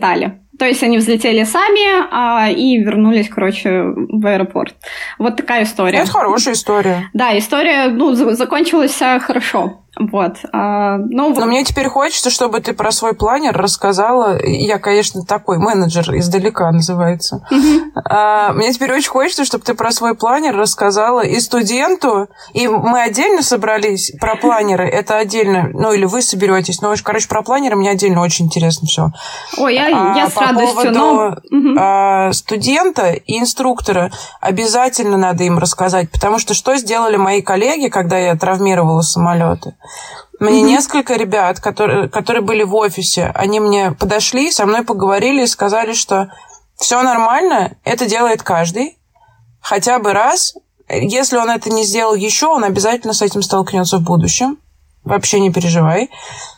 То есть они взлетели сами и вернулись, короче, в аэропорт. Вот такая история. Это хорошая история. Да, история, закончилась хорошо. Вот. Но мне теперь хочется, чтобы ты про свой планер рассказала. Я, конечно, такой менеджер издалека называется. Мне теперь очень хочется, чтобы ты про свой планер рассказала и студенту, и мы отдельно собрались про планеры. Это отдельно, или вы соберетесь. Короче, про планеры мне отдельно очень интересно все. Ой, я с радостью. По поводу студента и инструктора обязательно надо им рассказать, потому что сделали мои коллеги, когда я травмировала самолеты? Мне несколько ребят, которые были в офисе, они мне подошли, со мной поговорили и сказали, что все нормально, это делает каждый, хотя бы раз. Если он это не сделал еще, он обязательно с этим столкнется в будущем. Вообще не переживай.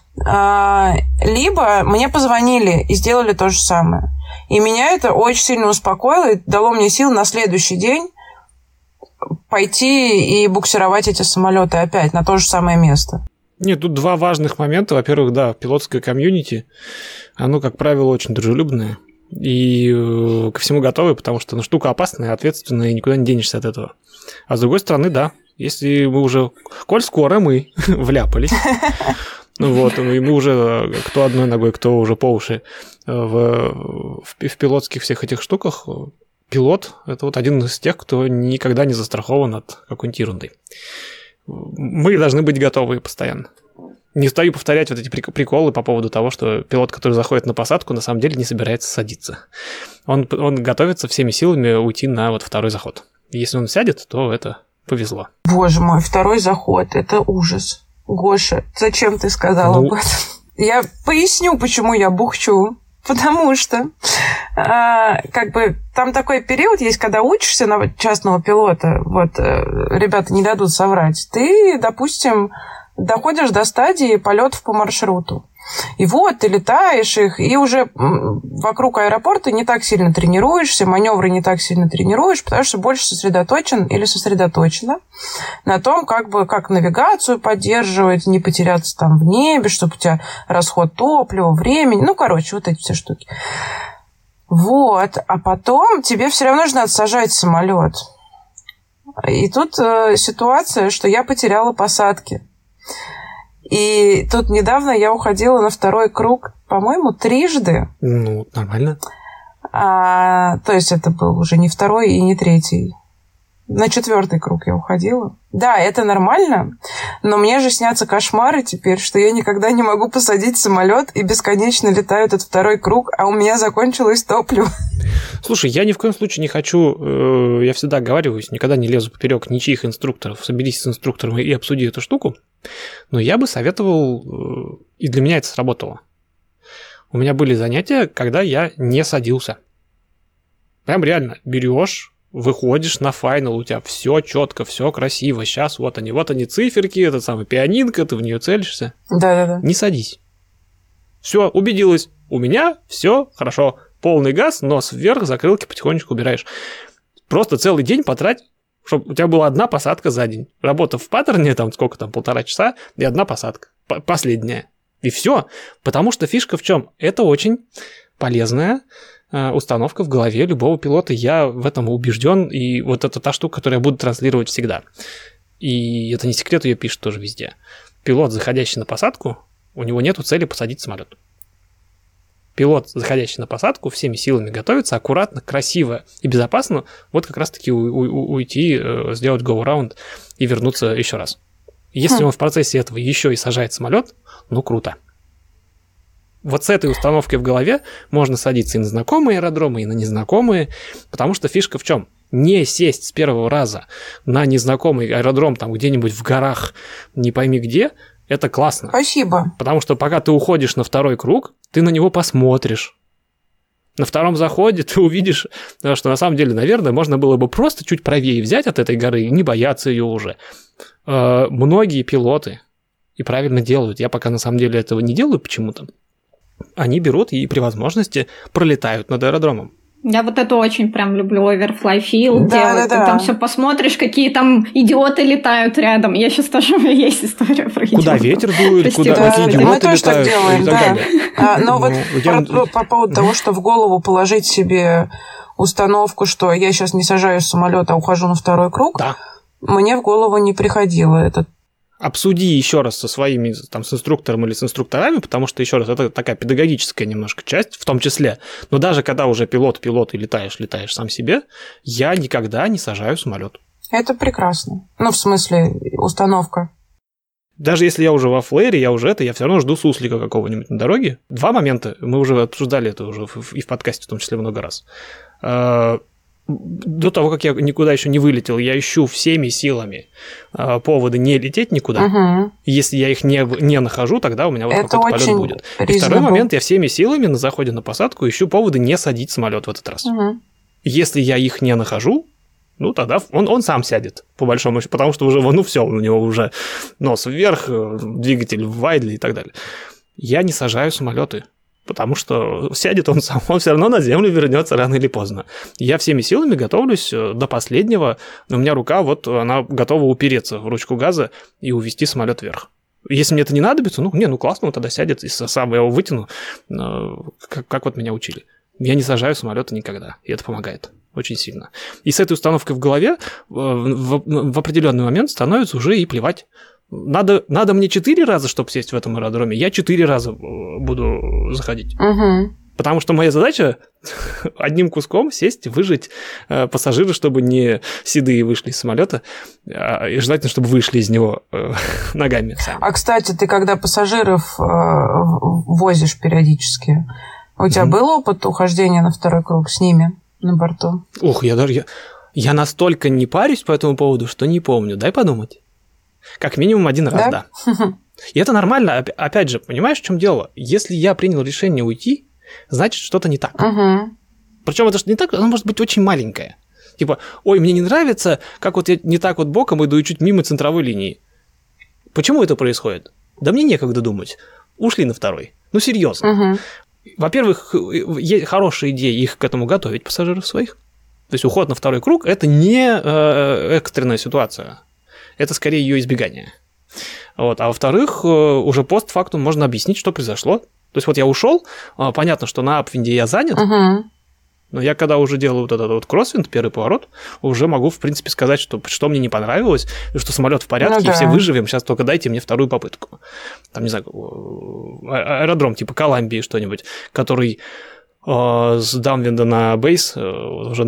Либо мне позвонили и сделали то же самое. И меня это очень сильно успокоило и дало мне сил на следующий день пойти и буксировать эти самолеты опять на то же самое место. Нет, тут два важных момента. Во-первых, да, пилотское комьюнити, оно, как правило, очень дружелюбное и ко всему готовое, потому что штука опасная, ответственная, и никуда не денешься от этого. А с другой стороны, да, если мы уже, коль скоро мы вляпались, и мы уже кто одной ногой, кто уже по уши в пилотских всех этих штуках, пилот – это один из тех, кто никогда не застрахован от какой-нибудь ерундой. Мы должны быть готовы постоянно. Не стою повторять вот эти приколы по поводу того, что пилот, который заходит на посадку, на самом деле не собирается садиться. Он готовится всеми силами уйти на второй заход. Если он сядет, то это повезло. Боже мой, второй заход – это ужас. Гоша, зачем ты сказал об этом? Я поясню, почему я бухчу. Потому что там такой период есть, когда учишься на частного пилота, ребята не дадут соврать, ты, допустим, доходишь до стадии полетов по маршруту. И ты летаешь их, и уже вокруг аэропорта не так сильно тренируешься, маневры не так сильно тренируешь, потому что больше сосредоточен или сосредоточена на том, как навигацию поддерживать, не потеряться там в небе, чтобы у тебя расход топлива, времени, вот эти все штуки. А потом тебе все равно же надо сажать самолет. И тут ситуация, что я потеряла посадки. И тут недавно я уходила на второй круг, по-моему, трижды. Нормально. То есть это был уже не второй и не третий. На четвертый круг я уходила. Да, это нормально, но мне же снятся кошмары теперь, что я никогда не могу посадить самолет и бесконечно летаю этот второй круг, а у меня закончилось топливо. Слушай, я ни в коем случае не хочу, я всегда оговариваюсь, никогда не лезу поперек ничьих инструкторов. Соберись с инструктором и обсуди эту штуку. Но я бы советовал, и для меня это сработало. У меня были занятия, когда я не садился. Прям реально берешь, выходишь на файнал, у тебя все четко, все красиво. Сейчас вот они циферки, этот самый пианинка, ты в нее целишься. Да. Не садись. Все, убедилась. У меня все хорошо. Полный газ, нос вверх, закрылки потихонечку убираешь. Просто целый день потрать, чтобы у тебя была одна посадка за день. Работа в паттерне, 1,5 часа, и одна посадка. Последняя. И все. Потому что фишка в чем? Это очень полезная установка в голове любого пилота. Я в этом убежден, и вот это та штука, которую я буду транслировать всегда. И это не секрет, ее пишут тоже везде. Пилот, заходящий на посадку, у него нету цели посадить самолет. Пилот, заходящий на посадку, всеми силами готовится аккуратно, красиво и безопасно вот как раз-таки уйти, сделать go-around и вернуться еще раз. Если он в процессе этого еще и сажает самолет, круто. Вот с этой установкой в голове можно садиться и на знакомые аэродромы, и на незнакомые, потому что фишка в чем? Не сесть с первого раза на незнакомый аэродром там где-нибудь в горах, не пойми где, это классно. Спасибо. Потому что пока ты уходишь на второй круг, ты на него посмотришь. На втором заходе ты увидишь, что на самом деле, наверное, можно было бы просто чуть правее взять от этой горы и не бояться ее уже. Многие пилоты и правильно делают. Я пока на самом деле этого не делаю почему-то. Они берут и при возможности пролетают над аэродромом. Я вот это очень прям люблю, Overfly Field делать. Да. Ты там все посмотришь, какие там идиоты летают рядом. Я сейчас тоже, у меня есть история про идиотов. Куда ветер дует, куда какие идиоты мы тоже так летают делаем, и так далее. Но вот по поводу того, что в голову положить себе установку, что я сейчас не сажаюсь в самолет, а ухожу на второй круг, Да. мне в голову не приходило это. Обсуди еще раз со своими, там, с инструктором или с инструкторами, потому что, еще раз, это такая педагогическая немножко часть, в том числе. Но даже когда уже пилот и летаешь сам себе, я никогда не сажаю самолет. Это прекрасно. Ну, в смысле, установка. Даже если я уже во флэре, я все равно жду суслика какого-нибудь на дороге. Два момента, мы уже обсуждали это уже и в подкасте в том числе много раз. До того, как я никуда еще не вылетел, я ищу всеми силами поводы не лететь никуда. Угу. Если я их не нахожу, тогда у меня вот это какой-то полет будет. И второй момент, я всеми силами на заходе на посадку ищу поводы не садить самолет в этот раз. Угу. Если я их не нахожу, ну, тогда он сам сядет, по большому счету, потому что уже, все, у него уже нос вверх, двигатель в вайдле и так далее. Я не сажаю самолеты. Потому что сядет он сам, он все равно на землю вернется рано или поздно. Я всеми силами готовлюсь до последнего, но у меня рука, она готова упереться в ручку газа и увести самолет вверх. Если мне это не надобится, классно, он тогда сядет, и сам я его вытяну, как вот меня учили. Я не сажаю самолеты никогда, и это помогает очень сильно. И с этой установкой в голове в определенный момент становится уже и плевать. Надо мне 4 раза, чтобы сесть в этом аэродроме, я 4 раза буду заходить. Угу. Потому что моя задача одним куском сесть, выжать пассажиры, чтобы не седые вышли из самолета, и желательно, чтобы вышли из него ногами сами. А, кстати, ты когда пассажиров возишь периодически, у тебя был опыт ухождения на второй круг с ними на борту? Ух, я настолько не парюсь по этому поводу, что не помню. Дай подумать. Как минимум один раз, да. И это нормально. Опять же, понимаешь, в чем дело? Если я принял решение уйти, значит, что-то не так. Угу. Причем это что не так, оно может быть очень маленькое. Типа, ой, мне не нравится, как вот я не так вот боком иду и чуть мимо центровой линии. Почему это происходит? Да мне некогда думать. Ушли на второй. Ну, серьезно. Угу. Во-первых, есть хорошая идея их к этому готовить, пассажиров своих. То есть уход на второй круг – это не экстренная ситуация. Это скорее ее избегание. А во-вторых, уже постфактум можно объяснить, что произошло. То есть я ушел, понятно, что на апвинде я занят, но я когда уже делаю этот кроссвинд, первый поворот, уже могу, в принципе, сказать, что мне не понравилось, что самолет в порядке, и все выживем, сейчас только дайте мне вторую попытку. Там, не знаю, аэродром типа Колумбии что-нибудь, который с даунвинда на бейс уже...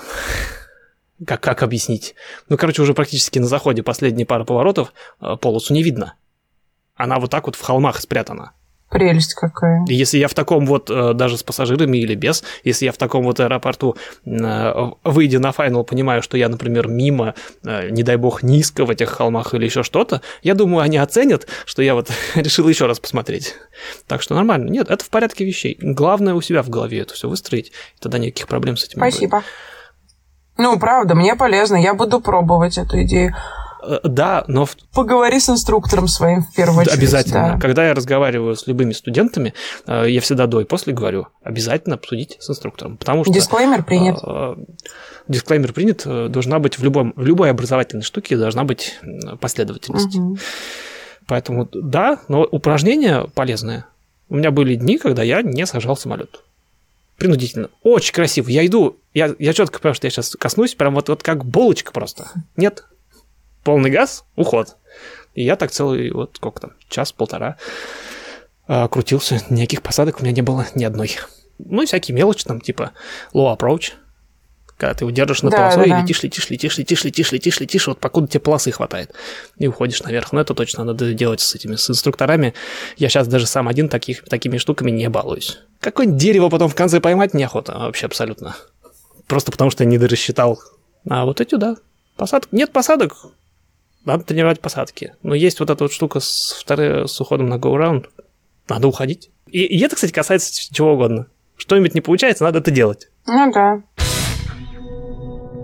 Как объяснить? Уже практически на заходе последние пары поворотов полосу не видно. Она вот так вот в холмах спрятана. Прелесть какая. И если я в таком даже с пассажирами или без, если я в таком аэропорту, выйдя на файнал, понимаю, что я, например, мимо, не дай бог, низко в этих холмах или еще что-то, я думаю, они оценят, что я решил еще раз посмотреть. Так что нормально. Нет, это в порядке вещей. Главное у себя в голове это все выстроить, и тогда никаких проблем с этим не будет. Спасибо. Правда, мне полезно, я буду пробовать эту идею. Да, но... Поговори с инструктором своим в первую очередь. Обязательно. Да. Когда я разговариваю с любыми студентами, я всегда до и после говорю, обязательно обсудить с инструктором, потому что... Дисклеймер принят. Дисклеймер принят, должна быть в любой образовательной штуке должна быть последовательность. Угу. Поэтому да, но упражнение полезное. У меня были дни, когда я не сажал самолет. Принудительно. Очень красиво. Я иду, я четко понимаю, что я сейчас коснусь, прям вот как булочка просто. Нет. Полный газ, уход. И я так целый, сколько там, час-полтора крутился. Никаких посадок у меня не было ни одной. Ну и всякие мелочи, там, типа low approach. Когда ты удержишь на полосой, и летишь, вот покуда тебе полосы хватает. И уходишь наверх. Но это точно надо делать с инструкторами. Я сейчас даже сам один такими штуками не балуюсь. Какое-нибудь дерево потом в конце поймать неохота вообще абсолютно. Просто потому что я не дорассчитал. А вот эти, да. Посадок. Нет посадок. Надо тренировать посадки. Но есть вот эта штука с уходом на go-round. Надо уходить. И это, кстати, касается чего угодно. Что-нибудь не получается, надо это делать. Ну да.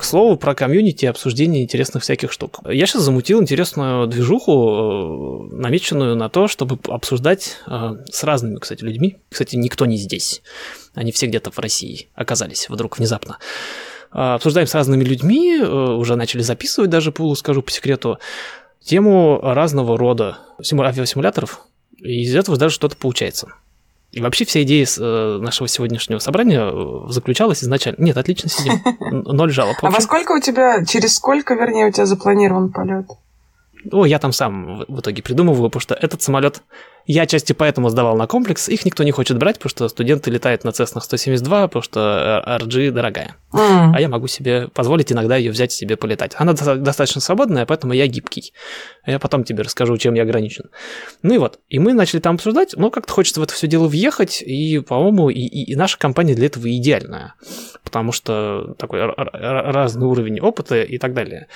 к слову, про комьюнити и обсуждение интересных всяких штук. Я сейчас замутил интересную движуху, намеченную на то, чтобы обсуждать с разными, кстати, людьми. Кстати, никто не здесь. Они все где-то в России оказались вдруг внезапно. Обсуждаем с разными людьми, уже начали записывать даже пулу, скажу по секрету, тему разного рода авиасимуляторов, и из этого даже что-то получается. И вообще вся идея нашего сегодняшнего собрания заключалась изначально... Нет, отлично сидим, 0 жалоб. А во сколько у тебя, через сколько, вернее, у тебя запланирован полет? Я там сам в итоге придумываю, потому что этот самолет я отчасти поэтому сдавал на комплекс. Их никто не хочет брать, потому что студенты летают на Cessna 172, потому что RG дорогая. А я могу себе позволить иногда ее взять себе полетать. Она достаточно свободная, поэтому я гибкий. Я потом тебе расскажу, чем я ограничен. Ну и вот. И мы начали там обсуждать, как-то хочется в это все дело въехать, и, по-моему, и наша компания для этого идеальная. Потому что такой разный уровень опыта и так далее.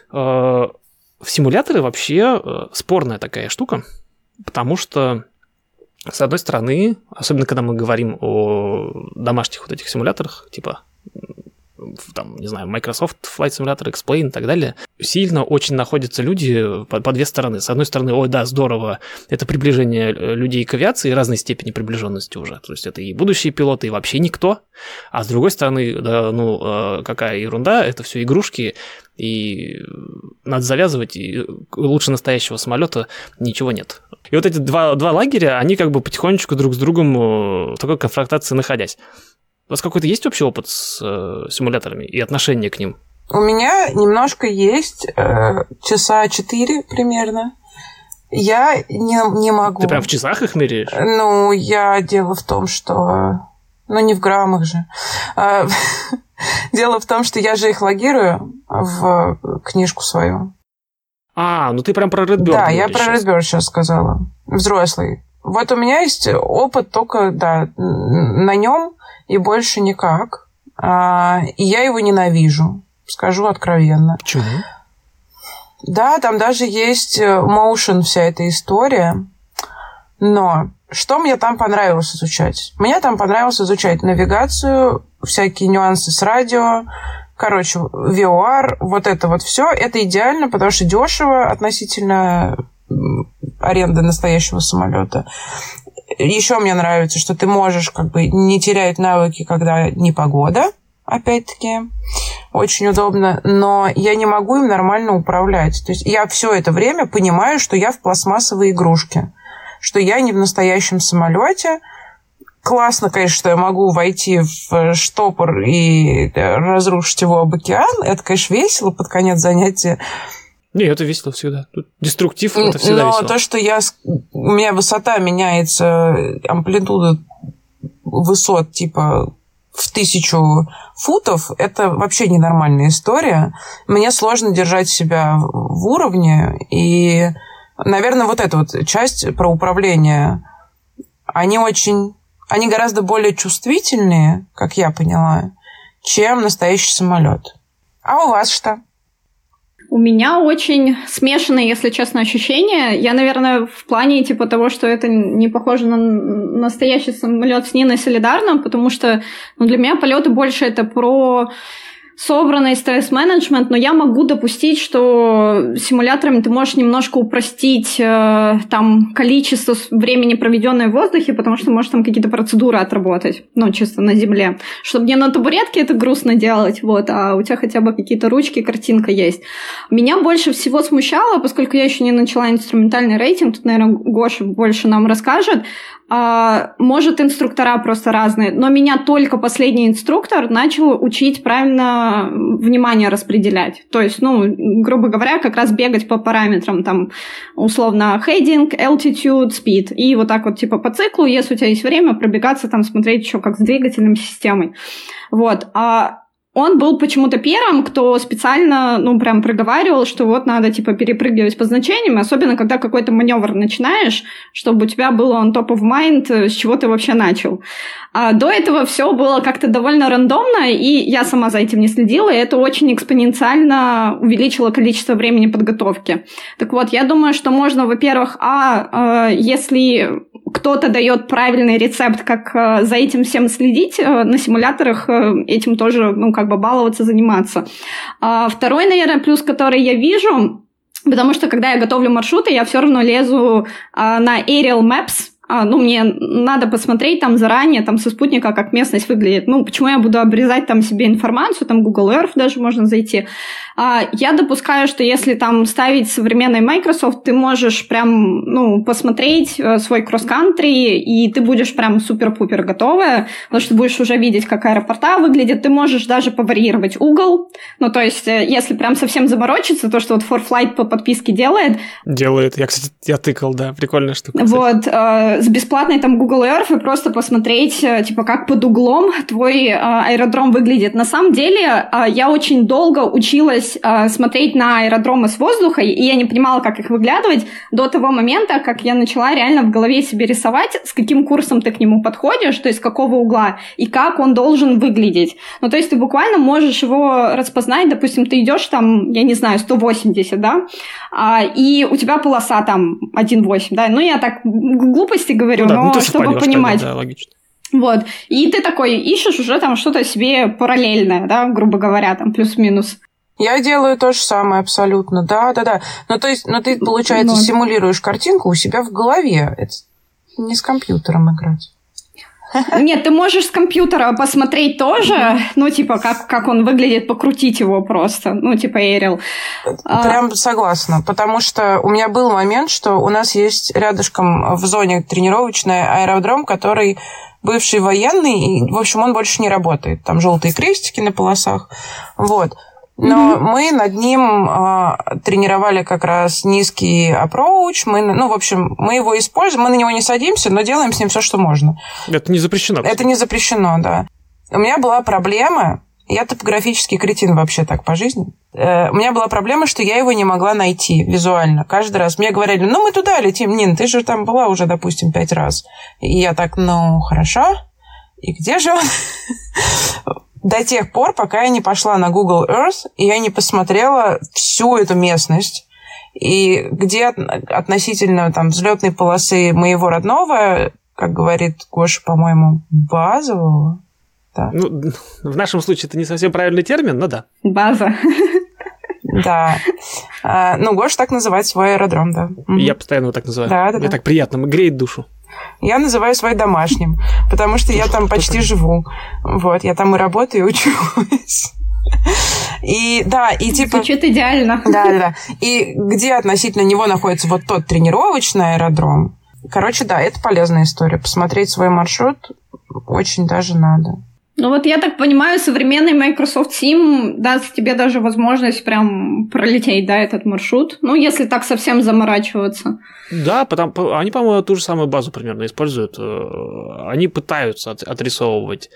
Симуляторы вообще спорная такая штука, потому что, с одной стороны, особенно когда мы говорим о домашних вот этих симуляторах, типа, там, не знаю, Microsoft Flight Simulator, X-Plane и так далее, сильно очень находятся люди по две стороны. С одной стороны, ой, да, здорово, это приближение людей к авиации разной степени приближенности уже. То есть это и будущие пилоты, и вообще никто. А с другой стороны, да, какая ерунда, это все игрушки, и надо завязывать, и лучше настоящего самолета ничего нет. И вот эти два лагеря, они как бы потихонечку друг с другом в такой конфронтации находясь. У вас какой-то есть общий опыт с симуляторами и отношение к ним? У меня немножко есть, часа 4 примерно. Я не могу. Ты прям в часах их меряешь? Дело в том, что... не в граммах же. Дело в том, что я же их логирую в книжку свою. Ты прям про Red Bird. Да, я про Red Bird сейчас сказала. Взрослый. Вот у меня есть опыт только, да, на нем и больше никак. И я его ненавижу, скажу откровенно. Почему? Да, там даже есть motion, вся эта история. Но что мне там понравилось изучать? Мне там понравилось изучать навигацию, всякие нюансы с радио, VOR, вот это вот все. Это идеально, потому что дешево относительно аренды настоящего самолета. Еще мне нравится, что ты можешь не терять навыки, когда непогода, опять-таки, очень удобно, но я не могу им нормально управлять. То есть я все это время понимаю, что я в пластмассовой игрушке, что я не в настоящем самолете. Классно, конечно, что я могу войти в штопор и разрушить его об океан. Это, конечно, весело под конец занятия. Не, это весело всегда. Тут деструктив, это всегда весело. Но то, что у меня высота меняется, амплитуда высот типа в 1000 футов, это вообще ненормальная история. Мне сложно держать себя в уровне. И, наверное, вот эта вот часть про управление, они гораздо более чувствительные, как я поняла, чем настоящий самолет. А у вас что? У меня очень смешанные, если честно, ощущения. Я, наверное, в плане того, что это не похоже на настоящий самолет с Ниной солидарным, потому что для меня полеты больше это про собранный стресс-менеджмент, но я могу допустить, что симуляторами ты можешь немножко упростить там количество времени, проведенное в воздухе, потому что можешь там какие-то процедуры отработать, чисто на земле, чтобы не на табуретке это грустно делать, а у тебя хотя бы какие-то ручки, картинка есть. Меня больше всего смущало, поскольку я еще не начала инструментальный рейтинг, тут, наверное, Гоша больше нам расскажет, может, инструктора просто разные, но меня только последний инструктор начал учить правильно внимание распределять. То есть, грубо говоря, как раз бегать по параметрам, там, условно, heading, altitude, speed. И вот так вот, по циклу, если у тебя есть время, пробегаться, там, смотреть еще как с двигательной системой. Вот. Он был почему-то первым, кто специально, прям проговаривал, что вот надо, перепрыгивать по значениям, особенно когда какой-то маневр начинаешь, чтобы у тебя было on top of mind, с чего ты вообще начал. А до этого все было как-то довольно рандомно, и я сама за этим не следила, и это очень экспоненциально увеличило количество времени подготовки. Так вот, я думаю, что можно, во-первых, если кто-то дает правильный рецепт, как за этим всем следить, на симуляторах этим тоже, баловаться, заниматься. Второй, наверное, плюс, который я вижу, потому что когда я готовлю маршруты, я все равно лезу на Aerial Maps. Мне надо посмотреть там заранее, там со спутника, как местность выглядит. Почему я буду обрезать там себе информацию, там Google Earth даже можно зайти. Я допускаю, что если там ставить современный Microsoft, ты можешь прям, посмотреть свой кросс-кантри, и ты будешь прям супер-пупер готовая, потому что будешь уже видеть, как аэропорта выглядят. Ты можешь даже поварьировать угол. То есть, если прям совсем заморочиться, то, что вот ForFlight по подписке делает. Делает. Я тыкал, да, прикольная штука. Вот, с бесплатной там Google Earth и просто посмотреть, как под углом твой аэродром выглядит. На самом деле, я очень долго училась смотреть на аэродромы с воздуха, и я не понимала, как их выглядывать до того момента, как я начала реально в голове себе рисовать, с каким курсом ты к нему подходишь, то есть с какого угла, и как он должен выглядеть. То есть ты буквально можешь его распознать, допустим, ты идешь там, я не знаю, 180, да, и у тебя полоса там 1,8, да, я так глупости говорю, но чтобы понимать. Да, логично. Вот. И ты такой ищешь уже там что-то себе параллельное, да, грубо говоря, там плюс-минус. Я делаю то же самое абсолютно, да. То есть, ты, получается, симулируешь картинку у себя в голове. Это не с компьютером играть. Нет, ты можешь с компьютера посмотреть тоже, как он выглядит, покрутить его просто, Aerial. Прям согласна, потому что у меня был момент, что у нас есть рядышком в зоне тренировочный аэродром, который бывший военный, и, в общем, он больше не работает. Там желтые крестики на полосах, вот. Но мы над ним тренировали как раз низкий approach. Мы его используем, мы на него не садимся, но делаем с ним все, что можно. Это не запрещено. Это не запрещено, да. У меня была проблема, я топографический кретин вообще так по жизни. У меня была проблема, что я его не могла найти визуально. Каждый раз мне говорили, мы туда летим, Нин, ты же там была уже, допустим, 5 раз. И я так, хорошо. И где же он? До тех пор, пока я не пошла на Google Earth, и я не посмотрела всю эту местность, и где относительно там взлетной полосы моего родного, как говорит Гоша, по-моему, базового. Да. В нашем случае это не совсем правильный термин, но да. База. Да. Гоша так называет свой аэродром, да. Я постоянно его так называю. Да. Мне так приятно, греет душу. Я называю свой домашним, потому что я там почти живу. Вот, я там и работаю, и учусь. И да, и типа... Звучит идеально. Да. И где относительно него находится вот тот тренировочный аэродром. Короче, да, это полезная история. Посмотреть свой маршрут очень даже надо. Я так понимаю, современный Microsoft Team даст тебе даже возможность прям пролететь, да, этот маршрут. Если так совсем заморачиваться. Да, они, по-моему, ту же самую базу примерно используют. Они пытаются отрисовывать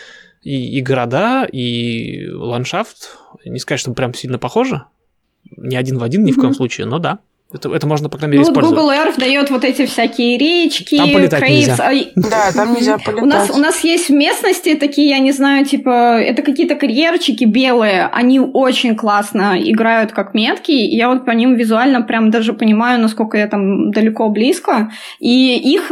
и города, и ландшафт. Не сказать, что прям сильно похоже. Не один в один ни в коем случае, но да. Это можно, по крайней мере, использовать. Google Earth дает вот эти всякие речки, там полетать нельзя. Да, там нельзя полетать. У нас есть в местности такие, я не знаю, это какие-то карьерчики белые, они очень классно играют как метки, и я по ним визуально прям даже понимаю, насколько я там далеко, близко, и их,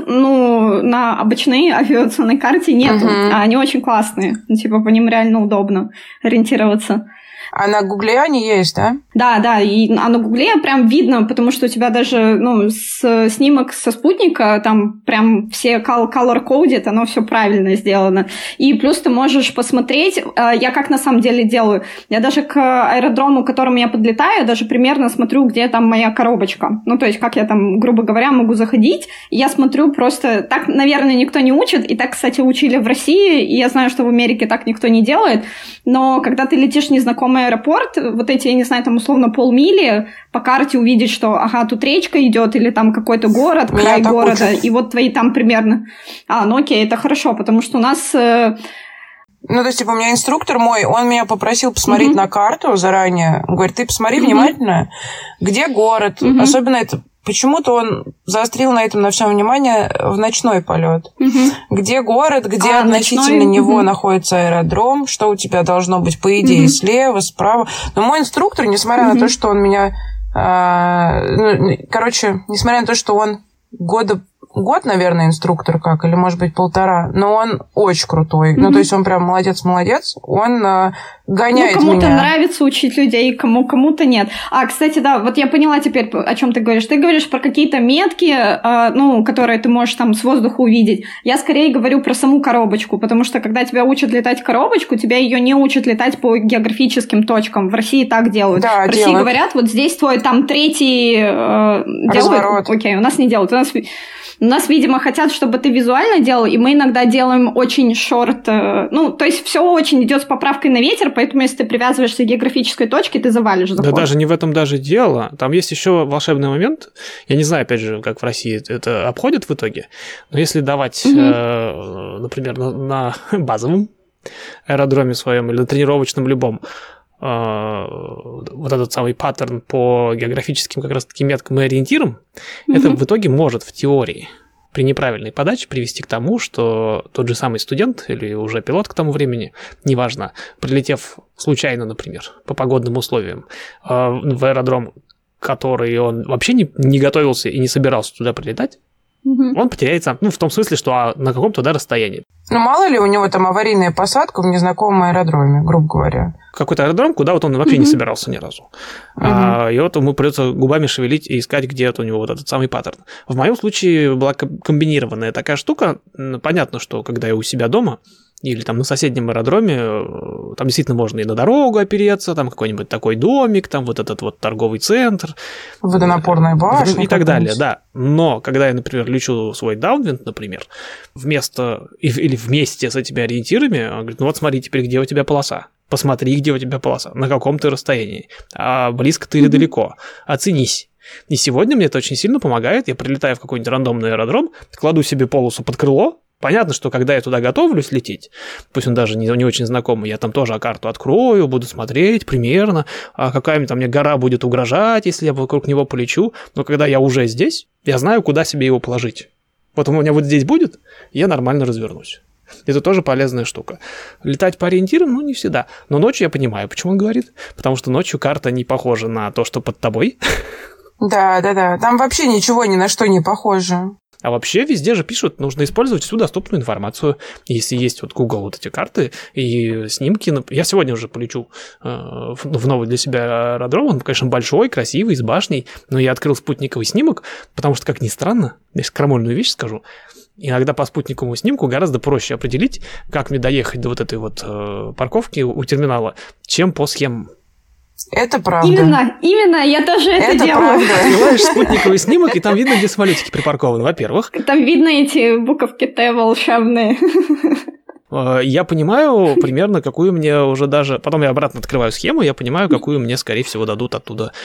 на обычной авиационной карте нету, а они очень классные, по ним реально удобно ориентироваться. А на Гугле они есть, да? Да, и на Гугле прям видно, потому что у тебя даже снимок со спутника, там прям все color-coded, оно все правильно сделано. И плюс ты можешь посмотреть, я как на самом деле делаю, я даже к аэродрому, к которому я подлетаю, даже примерно смотрю, где там моя коробочка. То есть как я там, грубо говоря, могу заходить, и я смотрю просто, так, наверное, никто не учит, и так, кстати, учили в России, и я знаю, что в Америке так никто не делает, но когда ты летишь в незнакомый аэропорт, вот эти, я не знаю, там условно полмили, по карте увидеть, что, тут речка идет, или там какой-то город, край города, и вот твои там примерно... окей, это хорошо, потому что у нас... то есть, у меня инструктор мой, он меня попросил посмотреть на карту заранее. Он говорит, ты посмотри внимательно, где город. Особенно это... Почему-то он заострил на этом на всем внимание в ночной полет. Где город, где относительно него находится аэродром, что у тебя должно быть, по идее, слева, справа. Но мой инструктор, несмотря на то, что он меня... несмотря на то, что он года год, наверное, инструктор как, или, может быть, 1,5, но он очень крутой. Ну, то есть он прям молодец-молодец. Он гоняет кому-то меня. Нравится учить людей, кому-то нет. Кстати, да, вот я поняла теперь, о чем ты говоришь. Ты говоришь про какие-то метки, которые ты можешь там с воздуха увидеть. Я скорее говорю про саму коробочку, потому что когда тебя учат летать коробочку, тебя ее не учат летать по географическим точкам. В России так делают. Да, в России говорят, вот здесь твой там третий разворот. Делают. Окей, у нас не делают. У нас, видимо, хотят, чтобы ты визуально делал, и мы иногда делаем очень шорт. То есть все очень идет с поправкой на ветер, поэтому если ты привязываешься к географической точке, ты завалишь заход. Да даже не в этом даже дело. Там есть еще волшебный момент. Я не знаю, опять же, как в России это обходит в итоге, но если давать, например, на базовом аэродроме своем или на тренировочном любом, вот этот самый паттерн по географическим как раз-таки меткам и ориентирам, это в итоге может в теории при неправильной подаче привести к тому, что тот же самый студент или уже пилот к тому времени, неважно, прилетев случайно, например, по погодным условиям в аэродром, который он вообще не готовился и не собирался туда прилетать, он потеряется, в том смысле, что на каком-то расстоянии. Мало ли у него там аварийная посадка в незнакомом аэродроме, грубо говоря. Какой-то аэродром, куда вот он вообще не собирался ни разу. И вот ему придется губами шевелить и искать, где у него вот этот самый паттерн. В моем случае была комбинированная такая штука. Понятно, что когда я у себя дома или там на соседнем аэродроме, там действительно можно и на дорогу опереться, там какой-нибудь такой домик, там вот этот вот торговый центр. Водонапорная башня. И так далее, да. Но когда я, например, лечу свой даунвинд, например, вместо или вместе с этими ориентирами, он говорит, вот смотри теперь, где у тебя полоса. Посмотри, где у тебя полоса, на каком ты расстоянии, близко ты или далеко, оценись. И сегодня мне это очень сильно помогает. Я прилетаю в какой-нибудь рандомный аэродром, кладу себе полосу под крыло. Понятно, что когда я туда готовлюсь лететь, пусть он даже не очень знакомый, я там тоже карту открою, буду смотреть примерно, какая там мне гора будет угрожать, если я вокруг него полечу. Но когда я уже здесь, я знаю, куда себе его положить. Вот у меня вот здесь будет, я нормально развернусь. Это тоже полезная штука. Летать по ориентирам, не всегда. Но ночью я понимаю, почему он говорит. Потому что ночью карта не похожа на то, что под тобой. Да. Там вообще ничего ни на что не похоже. А вообще везде же пишут, нужно использовать всю доступную информацию. Если есть вот Google вот эти карты и снимки. Я сегодня уже полечу в новый для себя аэродром. Он, конечно, большой, красивый, с башней. Но я открыл спутниковый снимок, потому что, как ни странно, я сейчас крамольную вещь скажу, иногда по спутниковому снимку гораздо проще определить, как мне доехать до вот этой вот парковки у терминала, чем по схемам. Это правда. Именно, я тоже это делаю. Открываешь спутниковый снимок, и там видно, где самолетики припаркованы, во-первых. Там видно эти буковки Т волшебные. Я понимаю примерно, какую мне уже даже... Потом я обратно открываю схему, я понимаю, какую мне, скорее всего, дадут оттуда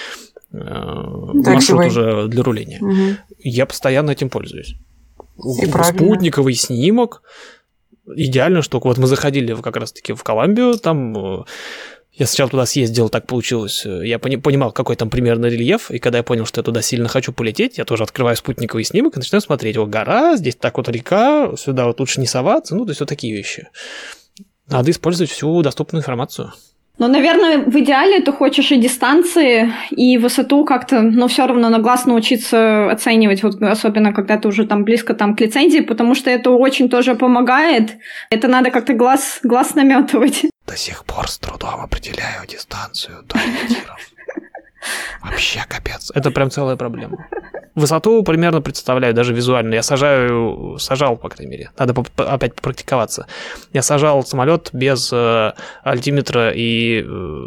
маршрут уже для руления. Я постоянно этим пользуюсь. Спутниковый снимок. Идеальная штука. Вот мы заходили как раз-таки в Колумбию, там... Я сначала туда съездил, так получилось. Я понимал, какой там примерно рельеф, и когда я понял, что я туда сильно хочу полететь, я тоже открываю спутниковый снимок и начинаю смотреть. Вот гора, здесь так вот река, сюда вот лучше не соваться, то есть вот такие вещи. Надо использовать всю доступную информацию. Наверное, в идеале ты хочешь и дистанции, и высоту как-то, но все равно на глаз научиться оценивать, вот особенно когда ты уже там близко к лицензии, потому что это очень тоже помогает. Это надо как-то глаз наметывать. До сих пор с трудом определяю дистанцию до ориентиров. Вообще капец. Это прям целая проблема. Высоту примерно представляю, даже визуально. Я сажал, по крайней мере. Надо опять попрактиковаться. Я сажал самолет без альтиметра и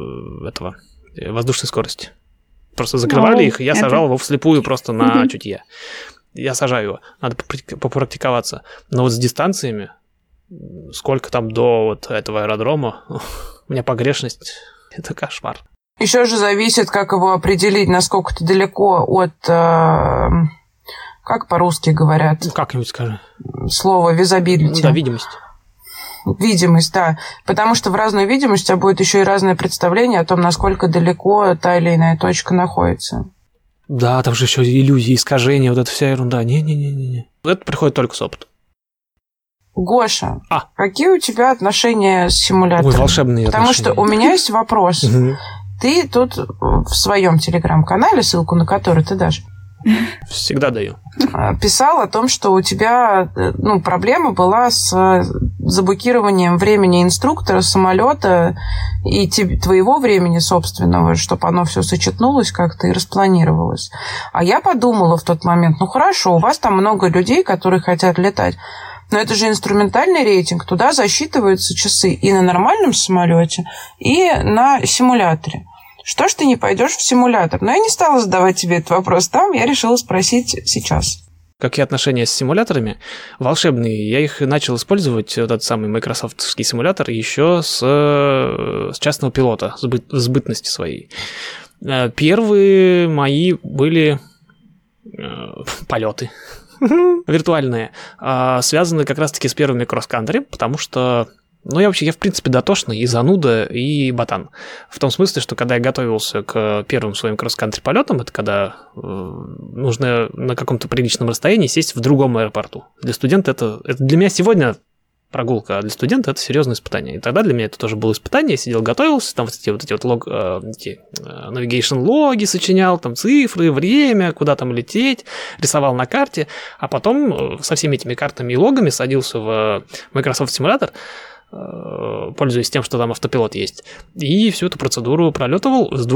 воздушной скорости. Просто закрывали их, и я сажал его вслепую просто на чутье. Я сажаю его. Надо попрактиковаться. Но вот с дистанциями, сколько там до вот этого аэродрома, у меня погрешность – это кошмар. Еще же зависит, как его определить, насколько ты далеко от... как по-русски говорят? Как-нибудь скажи. Слово visibility. Да, видимость. Видимость, да. Потому что в разную видимость у тебя будет еще и разное представление о том, насколько далеко та или иная точка находится. Да, там же еще иллюзии, искажения, вот эта вся ерунда. Не-не-не. Это приходит только с опытом. Гоша, какие у тебя отношения с симулятором? Ой, волшебные Потому отношения. что у меня есть вопрос. Ты тут в своем телеграм-канале, ссылку на который ты дашь, Всегда даю. Писал о том, что у тебя проблема была с заблокированием времени инструктора самолета и твоего времени собственного, чтобы оно все сочетнулось как-то и распланировалось. А я подумала в тот момент, хорошо, у вас там много людей, которые хотят летать, но это же инструментальный рейтинг, туда засчитываются часы и на нормальном самолете, и на симуляторе. Что ж ты не пойдешь в симулятор? Но я не стала задавать тебе этот вопрос там, я решила спросить сейчас. Какие отношения с симуляторами? Волшебные. Я их начал использовать, вот этот самый майкрософтовский симулятор, еще с частного пилота, с бытности своей. Первые мои были полеты виртуальные, связанные как раз-таки с первыми кросс-кантри, потому что я в принципе, дотошный и зануда, и ботан. В том смысле, что когда я готовился к первым своим кросс-кантри полетам, это когда нужно на каком-то приличном расстоянии сесть в другом аэропорту. Для студента это для меня сегодня прогулка, а для студента это серьезное испытание. И тогда для меня это тоже было испытание. Я сидел, готовился, там эти navigation логи сочинял, там цифры, время, куда там лететь, рисовал на карте, а потом со всеми этими картами и логами садился в Microsoft Simulator, пользуясь тем, что там автопилот есть. И всю эту процедуру пролетывал с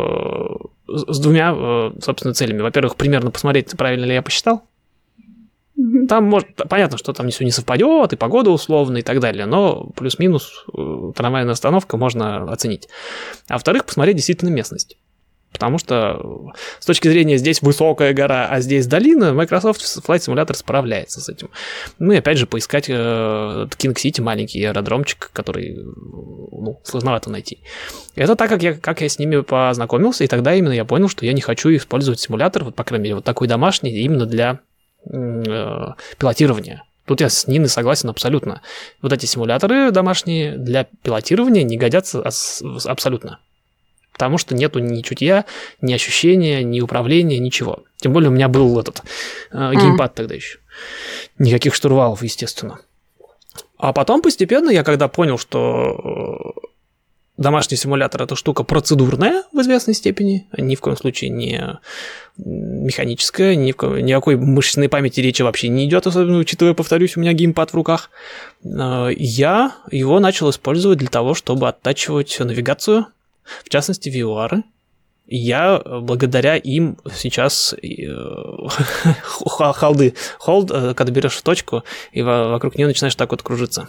двумя, собственно, целями. Во-первых, примерно посмотреть, правильно ли я посчитал. Там понятно, что там все не совпадет, и погода условно, и так далее, но плюс-минус трамвайная остановка можно оценить. А во-вторых, посмотреть действительно местность. Потому что с точки зрения здесь высокая гора, а здесь долина, Microsoft Flight Simulator справляется с этим. И опять же поискать King City, маленький аэродромчик, который сложновато найти. Это так, как я с ними познакомился, и тогда именно я понял, что я не хочу использовать симулятор, по крайней мере, такой домашний, именно для пилотирования. Тут я с Ниной согласен абсолютно. Вот эти симуляторы домашние для пилотирования не годятся абсолютно. Потому что нету ни чутья, ни ощущения, ни управления, ничего. Тем более у меня был этот геймпад тогда еще. Никаких штурвалов, естественно. А потом постепенно я когда понял, что домашний симулятор – это штука процедурная в известной степени, ни в коем случае не механическая, никакой мышечной памяти речи вообще не идет, особенно учитывая, повторюсь, у меня геймпад в руках. Я его начал использовать для того, чтобы оттачивать навигацию, в частности, VOR. Я благодаря им сейчас hold, когда берешь в точку, и вокруг нее начинаешь так вот кружиться.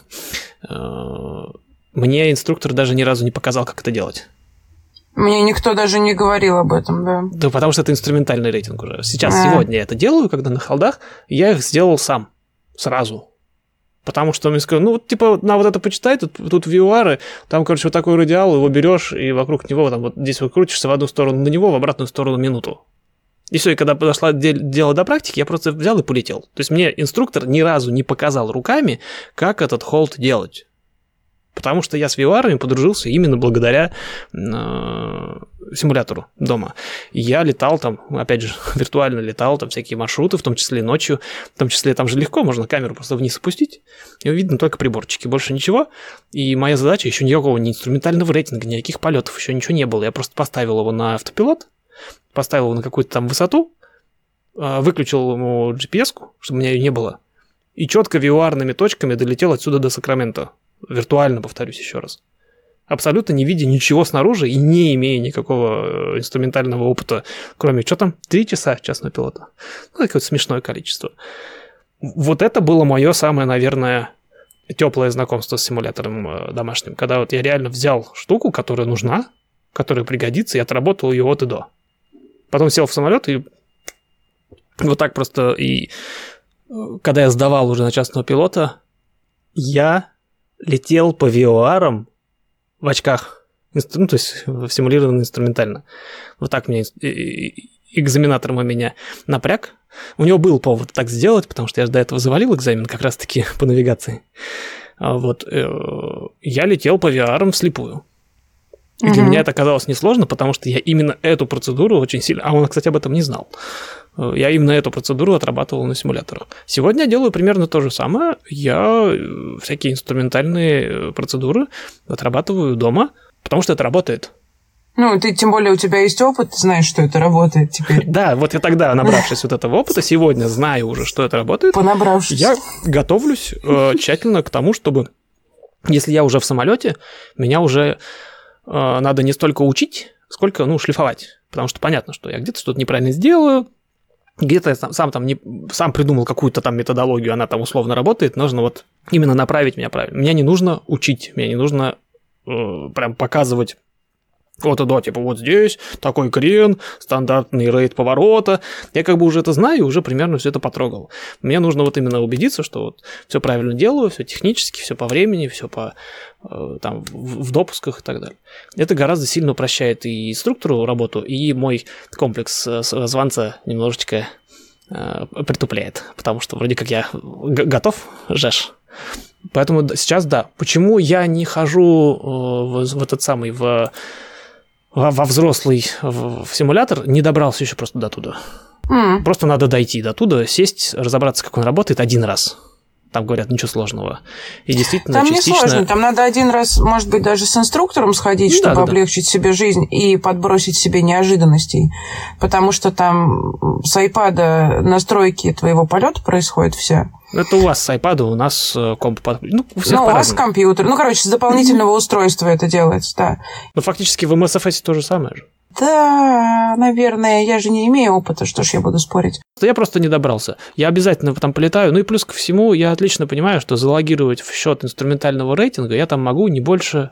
Мне инструктор даже ни разу не показал, как это делать. Мне никто даже не говорил об этом, да. Да, потому что это инструментальный рейтинг уже. Сегодня я это делаю, когда на холдах, я их сделал сам, сразу. Потому что мне сказали, на вот это почитай, тут VOR, там, вот такой радиал, его берешь, и вокруг него, там, вот здесь вот крутишься в одну сторону на него, в обратную сторону минуту. И все, и когда подошло дело до практики, я просто взял и полетел. То есть мне инструктор ни разу не показал руками, как этот холд делать. Потому что я с VR подружился именно благодаря симулятору дома. Я летал там, опять же, виртуально летал, там всякие маршруты, в том числе и ночью, в том числе там же легко, можно камеру просто вниз опустить, и видно только приборчики, больше ничего. И моя задача, еще никакого ни инструментального рейтинга, никаких полетов, еще ничего не было. Я просто поставил его на автопилот, поставил его на какую-то там высоту, выключил ему GPS-ку, чтобы у меня ее не было, и четко VR-ными точками долетел отсюда до Сакрамента. Виртуально, повторюсь еще раз. Абсолютно не видя ничего снаружи и не имея никакого инструментального опыта, кроме, 3 часа частного пилота. Какое-то смешное количество. Вот это было мое самое, наверное, теплое знакомство с симулятором домашним, когда вот я реально взял штуку, которая нужна, которая пригодится, и отработал ее от и до. Потом сел в самолет и вот так просто... И когда я сдавал уже на частного пилота, я летел по VOR-ам в очках, то есть симулированно инструментально. Вот так мне экзаменатор меня напряг. У него был повод так сделать, потому что я же до этого завалил экзамен как раз-таки по навигации. Я летел по VR-ам вслепую. И для меня это оказалось несложно, потому что я именно эту процедуру очень сильно... А он, кстати, об этом не знал. Я именно эту процедуру отрабатывал на симуляторах. Сегодня я делаю примерно то же самое. Я всякие инструментальные процедуры отрабатываю дома, потому что это работает. Ну, ты, тем более, у тебя есть опыт, ты знаешь, что это работает теперь. Да, вот я тогда, набравшись вот этого опыта, сегодня знаю уже, что это работает. Понабравшись. Я готовлюсь тщательно к тому, чтобы, если я уже в самолете, меня уже надо не столько учить, сколько, шлифовать. Потому что понятно, что я где-то что-то неправильно сделаю, где-то я сам придумал какую-то там методологию, она там условно работает, нужно вот именно направить меня правильно. Меня не нужно учить, мне не нужно прям показывать вот и да, типа вот здесь такой крен, стандартный рейд поворота. Я как бы уже это знаю и уже примерно все это потрогал. Мне нужно вот именно убедиться, что вот все правильно делаю, все технически, все по времени, все по там в допусках и так далее. Это гораздо сильно упрощает и инструктору работу, и мой комплекс званца немножечко притупляет, потому что вроде как я готов, жеш. Поэтому сейчас да. Почему я не хожу в этот самый во взрослый в симулятор, не добрался еще просто до туда. Просто надо дойти до туда, сесть, разобраться, как он работает один раз. Там говорят, ничего сложного. И действительно, там частично... не сложно, там надо один раз, может быть, даже с инструктором сходить, чтобы облегчить себе жизнь и подбросить себе неожиданностей. Потому что там с iPad настройки твоего полета происходят все. Это у вас с iPad, у нас комп... у всех у вас компьютер. С дополнительного устройства это делается, да. Фактически в MSFS то же самое же. Да, наверное, я же не имею опыта, что ж я буду спорить. Я просто не добрался. Я обязательно там полетаю. И плюс ко всему, я отлично понимаю, что залогировать в счет инструментального рейтинга я там могу не больше...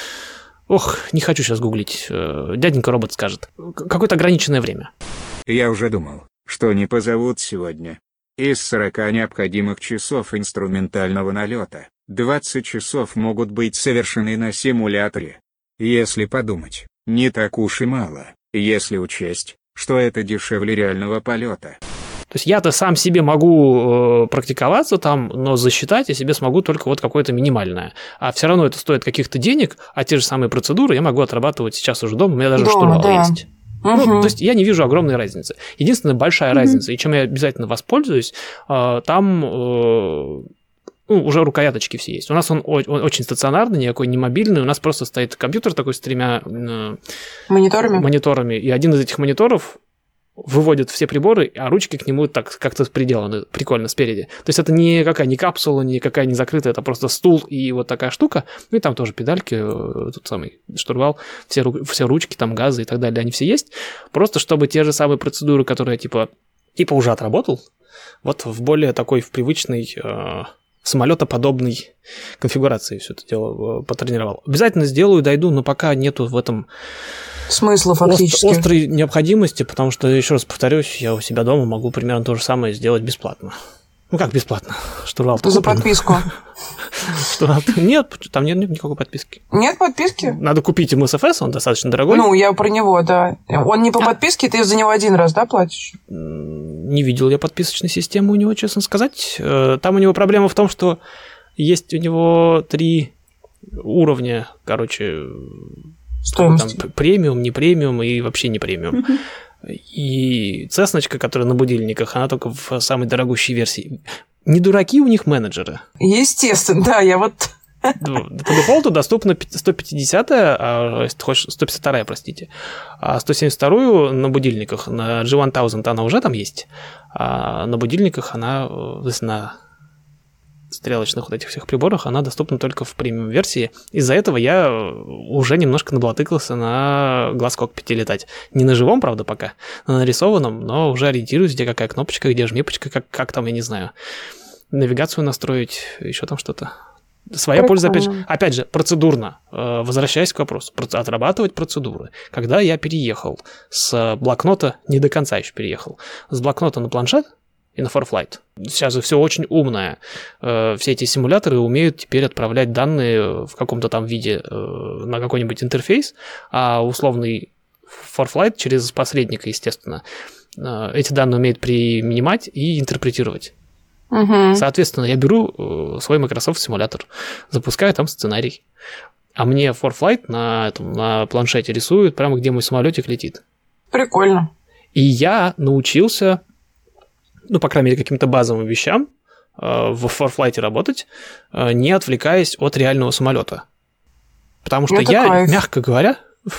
не хочу сейчас гуглить. Дяденька робот скажет. Какое-то ограниченное время. Я уже думал, что не позовут сегодня. Из 40 необходимых часов инструментального налета, 20 часов могут быть совершены на симуляторе. Если подумать, не так уж и мало, если учесть, что это дешевле реального полета. То есть я-то сам себе могу практиковаться там, но засчитать я себе смогу только вот какое-то минимальное. А все равно это стоит каких-то денег, а те же самые процедуры я могу отрабатывать сейчас уже дома, у меня даже штурвал есть. То есть я не вижу огромной разницы. Единственная большая разница, и чем я обязательно воспользуюсь, там... уже рукояточки все есть. У нас он очень стационарный, никакой не мобильный. У нас просто стоит компьютер такой с 3 мониторами. И один из этих мониторов выводит все приборы, а ручки к нему так как-то приделаны прикольно спереди. То есть это никакая не капсула, никакая не закрытая, это просто стул и вот такая штука. И там тоже педальки, тот самый штурвал, все ручки, там газы и так далее, они все есть. Просто чтобы те же самые процедуры, которые типа уже отработал, вот в более такой, в привычной... самолетоподобной конфигурации все это дело потренировал. Обязательно сделаю, дойду, но пока нету в этом смысла фактически. Острой необходимости, потому что, еще раз повторюсь, я у себя дома могу примерно то же самое сделать бесплатно. Как бесплатно? Штурвал за подписку. Нет, там нет никакой подписки. Нет подписки? Надо купить MSFS, он достаточно дорогой. Я про него, да. Он не по подписке, ты за него один раз, да, платишь? Не видел я подписочной системы у него, честно сказать. Там у него проблема в том, что есть у него 3 уровня, стоимости. Там премиум, не премиум и вообще не премиум. И цесночка, которая на будильниках, она только в самой дорогущей версии. Не дураки у них менеджеры. Естественно, да, я вот... По дефолту доступна 150-я, а если ты хочешь, 152-я, простите. А 172-ю на будильниках, на G1000 она уже там есть, а на будильниках она, на стрелочных вот этих всех приборах, она доступна только в премиум-версии. Из-за этого я уже немножко наблатыкался на глаз-кокпите летать. Не на живом, правда, пока, на нарисованном, но уже ориентируюсь, где какая кнопочка, где жмипочка, как там, я не знаю, навигацию настроить, еще там что-то. Своя польза, опять же, процедурно. Возвращаясь к вопросу, отрабатывать процедуры. Когда я переехал с блокнота, не до конца еще переехал, с блокнота на планшет и на ForeFlight. Сейчас же все очень умное. Все эти симуляторы умеют теперь отправлять данные в каком-то там виде на какой-нибудь интерфейс, а условный ForeFlight через посредника, естественно, эти данные умеет принимать и интерпретировать. Соответственно, я беру свой Microsoft симулятор, запускаю там сценарий, а мне ForeFlight на планшете рисует прямо, где мой самолетик летит. Прикольно. И я научился, по крайней мере, каким-то базовым вещам в ForeFlight работать, не отвлекаясь от реального самолета. Потому что я, мягко говоря,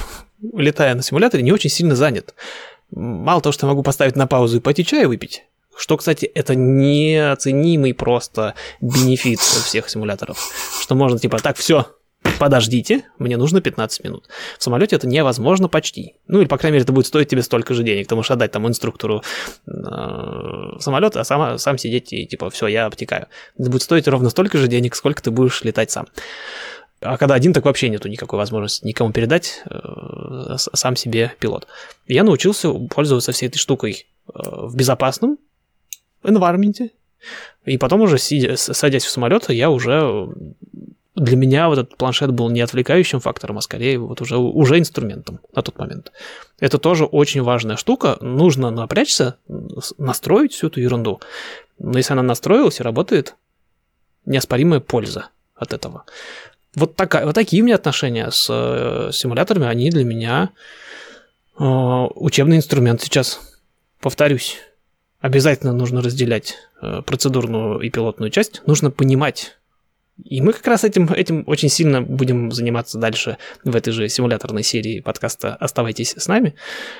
летая на симуляторе, не очень сильно занят. Мало того, что я могу поставить на паузу и пойти чая выпить, что, кстати, это неоценимый просто бенефит всех симуляторов, что можно типа так, все, подождите, мне нужно 15 минут. В самолете это невозможно почти. Ну, или, по крайней мере, это будет стоить тебе столько же денег. Ты можешь отдать там инструктору самолет, а сам сидеть и типа, все, я обтекаю. Это будет стоить ровно столько же денег, сколько ты будешь летать сам. А когда один, так вообще нету никакой возможности никому передать, сам себе пилот. Я научился пользоваться всей этой штукой в безопасном environment. И потом уже, садясь в самолет, я уже... Для меня вот этот планшет был не отвлекающим фактором, а скорее вот уже инструментом на тот момент. Это тоже очень важная штука. Нужно напрячься, настроить всю эту ерунду. Но если она настроилась и работает, неоспоримая польза от этого. Вот такие у меня отношения с симуляторами. Они для меня учебный инструмент сейчас. Повторюсь, обязательно нужно разделять процедурную и пилотную часть. Нужно понимать. И мы как раз этим очень сильно будем заниматься дальше в этой же симуляторной серии подкаста «Оставайтесь с нами».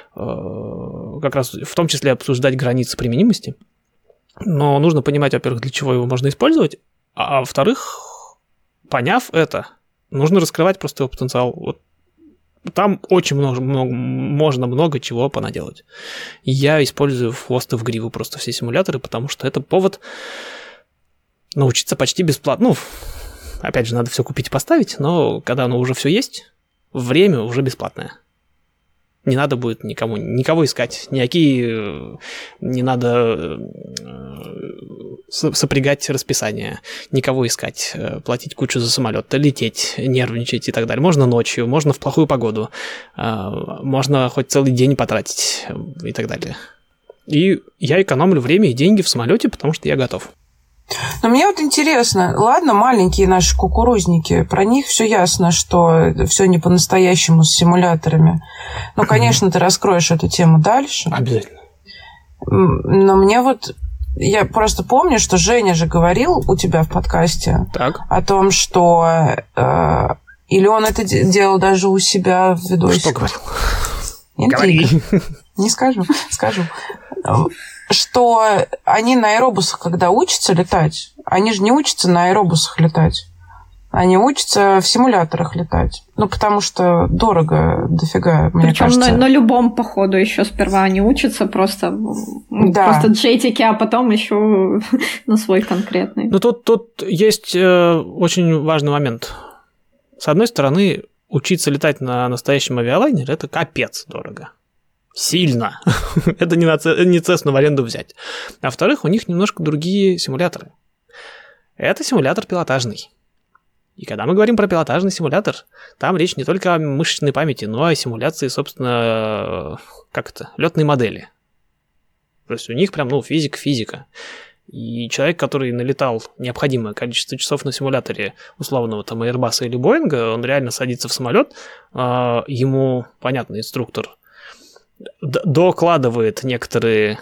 Как раз в том числе обсуждать границы применимости. Но нужно понимать, во-первых, для чего его можно использовать, а во-вторых, поняв это, нужно раскрывать просто его потенциал. Вот там очень можно много чего понаделать. И я использую в хвост и в гриву просто все симуляторы, потому что это повод... научиться почти бесплатно. Ну, опять же, надо все купить и поставить, но когда оно уже все есть, время уже бесплатное. Не надо будет никого искать, никакие не надо сопрягать расписание, никого искать, платить кучу за самолет, лететь, нервничать и так далее. Можно ночью, можно в плохую погоду, можно хоть целый день потратить и так далее. И я экономлю время и деньги в самолете, потому что я готов. Но мне вот интересно, ладно, маленькие наши кукурузники, про них все ясно, что все не по-настоящему с симуляторами. Ну, конечно, ты раскроешь эту тему дальше. Обязательно. Но мне вот... Я просто помню, что Женя же говорил у тебя в подкасте о том, что... или он это делал даже у себя в видосе. Что говорил? Говори. Не скажу. Что они на аэробусах, когда учатся летать, они же не учатся на аэробусах летать. Они учатся в симуляторах летать. Ну, потому что дорого дофига, мне кажется. Причем на любом, походу, еще сперва они учатся просто джетики, а потом еще на свой конкретный. Ну, тут есть очень важный момент. С одной стороны, учиться летать на настоящем авиалайнере – это капец дорого. Сильно. Это не Цесну в аренду взять. А во-вторых, у них немножко другие симуляторы. Это симулятор пилотажный. И когда мы говорим про пилотажный симулятор, там речь не только о мышечной памяти, но и о симуляции, собственно, летной модели. То есть у них прям, физика. И человек, который налетал необходимое количество часов на симуляторе условного там Airbus или Boeing, он реально садится в самолет, ему, понятно, инструктор докладывает некоторые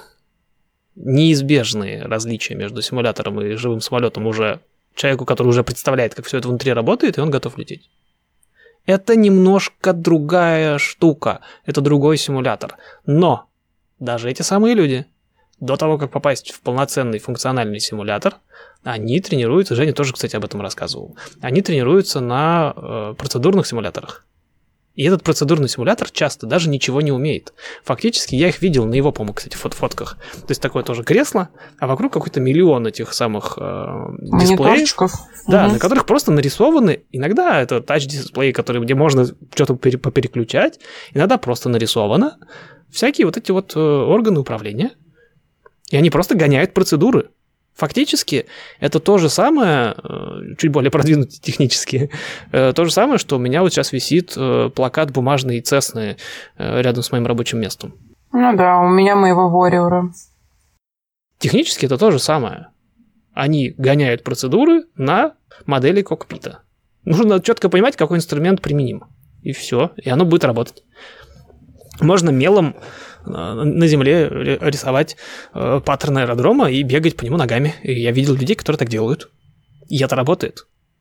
неизбежные различия между симулятором и живым самолетом уже человеку, который уже представляет, как все это внутри работает, и он готов лететь. Это немножко другая штука, это другой симулятор. Но даже эти самые люди, до того, как попасть в полноценный функциональный симулятор, они тренируются, Женя тоже, кстати, об этом рассказывал, они тренируются на процедурных симуляторах. И этот процедурный симулятор часто даже ничего не умеет. Фактически я их видел на его, по-моему, кстати, фотках. То есть такое тоже кресло, а вокруг какой-то миллион этих самых дисплеев. Да, на которых просто нарисованы. Иногда это тач-дисплеи, где можно что-то попереключать. Иногда просто нарисовано. Всякие вот эти вот органы управления. И они просто гоняют процедуры. Фактически, это то же самое, чуть более продвинутые технически, то же самое, что у меня вот сейчас висит плакат бумажный Цесны рядом с моим рабочим местом. Ну да, у меня моего Warrior. Технически это то же самое. Они гоняют процедуры на модели кокпита. Нужно четко понимать, какой инструмент применим. И все, и оно будет работать. Можно мелом на земле рисовать паттерн аэродрома и бегать по нему ногами. И я видел людей, которые так делают. И это работает.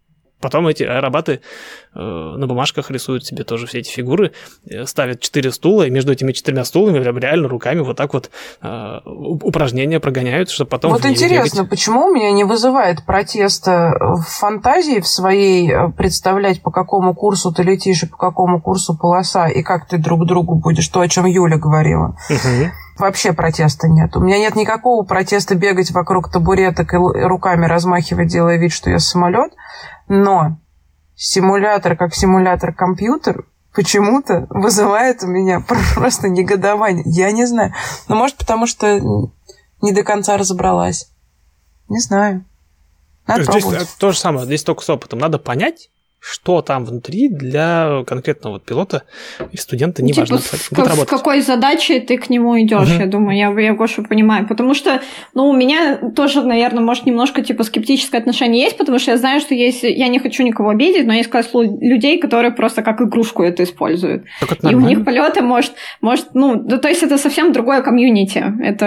Потом эти аэробаты на бумажках рисуют себе тоже все эти фигуры, ставят 4 стула, и между этими 4 стулами реально руками вот так вот упражнения прогоняют, чтобы потом... Вот интересно, бегать. Почему у меня не вызывает протеста в фантазии в своей представлять, по какому курсу ты летишь и по какому курсу полоса, и как ты друг другу будешь, то, о чем Юля говорила. Вообще протеста нет. У меня нет никакого протеста бегать вокруг табуреток и руками размахивать, делая вид, что я самолет. Но симулятор, как симулятор-компьютер, почему-то вызывает у меня просто негодование. Я не знаю. Но может, потому что не до конца разобралась. Не знаю. Надо пробовать. Здесь то же самое. Здесь только с опытом. Надо понять, что там внутри для конкретного пилота и студента, неважно. С какой задачей ты к нему идешь, я думаю, я Гошу понимаю. Потому что, у меня тоже, наверное, может, немножко скептическое отношение есть, потому что я знаю, что есть, я не хочу никого обидеть, но есть класс людей, которые просто как игрушку это используют. И у них полеты может, то есть это совсем другое комьюнити.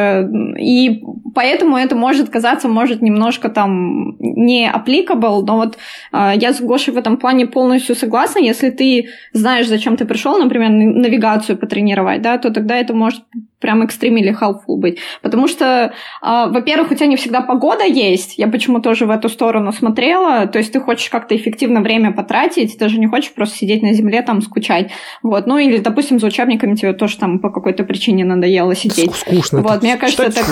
И поэтому это может казаться, немножко там не applicable, но вот я с Гошей в этом плане полностью согласна. Если ты знаешь, зачем ты пришел, например, навигацию потренировать, да, то тогда это может прям extremely helpful быть. Потому что, во-первых, у тебя не всегда погода есть. Я почему тоже в эту сторону смотрела. То есть ты хочешь как-то эффективно время потратить, ты же не хочешь просто сидеть на земле, там, скучать. Вот. Или, допустим, за учебниками тебе тоже там по какой-то причине надоело сидеть. Скучно. Вот. Мне кажется, это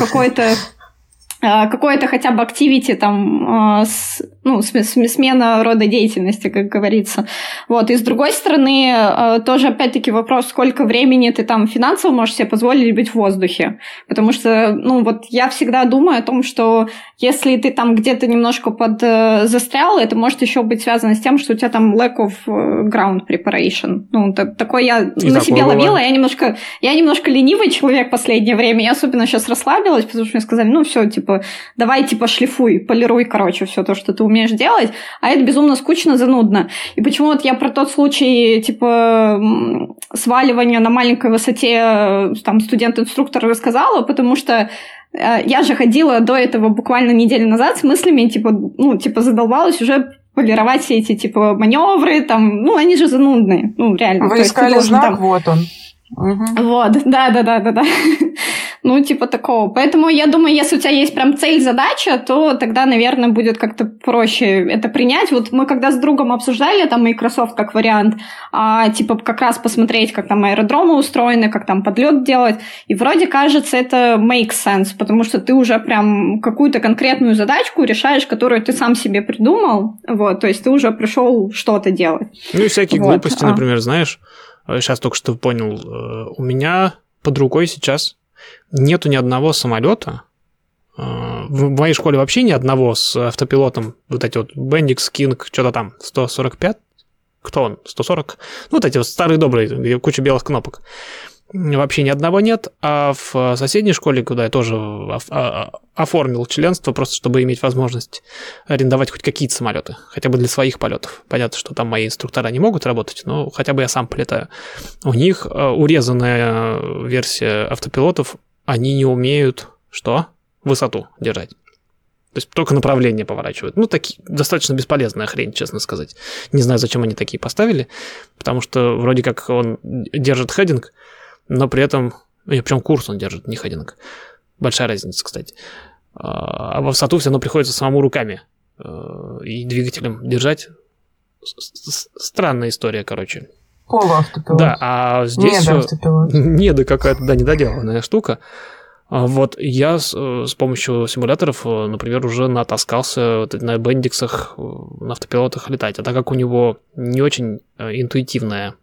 какое-то хотя бы активити, там, смена рода деятельности, как говорится. Вот. И с другой стороны, тоже опять-таки вопрос, сколько времени ты там финансово можешь себе позволить быть в воздухе. Потому что, я всегда думаю о том, что если ты там где-то немножко застрял, это может еще быть связано с тем, что у тебя там lack of ground preparation. Такой я на себе ловила. Я немножко ленивый человек в последнее время. Я особенно сейчас расслабилась, потому что мне сказали, все, давай, шлифуй, полируй, все то, что ты умеешь делать, а это безумно скучно, занудно. И почему вот я про тот случай, сваливания на маленькой высоте, там, студент-инструктор рассказала, потому что я же ходила до этого буквально неделю назад с мыслями, задолбалась уже полировать все эти, маневры, там, они же занудные, реально. Вы искали знак, вот он. Вот, да. Такого. Поэтому я думаю, если у тебя есть прям цель, задача, то тогда, наверное, будет как-то проще это принять. Вот мы когда с другом обсуждали там Microsoft как вариант, как раз посмотреть, как там аэродромы устроены, как там подлет делать, и вроде кажется, это makes sense, потому что ты уже прям какую-то конкретную задачку решаешь, которую ты сам себе придумал, вот, то есть ты уже пришел что-то делать. И всякие глупости, например, знаешь, сейчас только что понял, у меня под рукой сейчас нету ни одного самолета. В моей школе вообще ни одного с автопилотом. Вот эти вот Bendix, King, что-то там, 145? Кто он? 140? Вот эти вот старые добрые, где куча белых кнопок. Вообще ни одного нет. А в соседней школе, куда я тоже оформил членство, просто чтобы иметь возможность арендовать хоть какие-то самолеты, хотя бы для своих полетов. Понятно, что там мои инструктора не могут работать, но хотя бы я сам полетаю. У них урезанная версия автопилотов, они не умеют высоту держать. То есть только направление поворачивают. Такие достаточно бесполезная хрень, честно сказать. Не знаю, зачем они такие поставили, потому что вроде как он держит хеддинг, но при этом... Причем курс он держит, не хеддинг. Большая разница, кстати. А во высоту все равно приходится самому руками и двигателем держать. Странная история, короче. Полуавтопилот. Да, а здесь... какая-то, недоделанная штука. Вот я с помощью симуляторов, например, уже натаскался на бендиксах, на автопилотах летать. А так как у него не очень интуитивная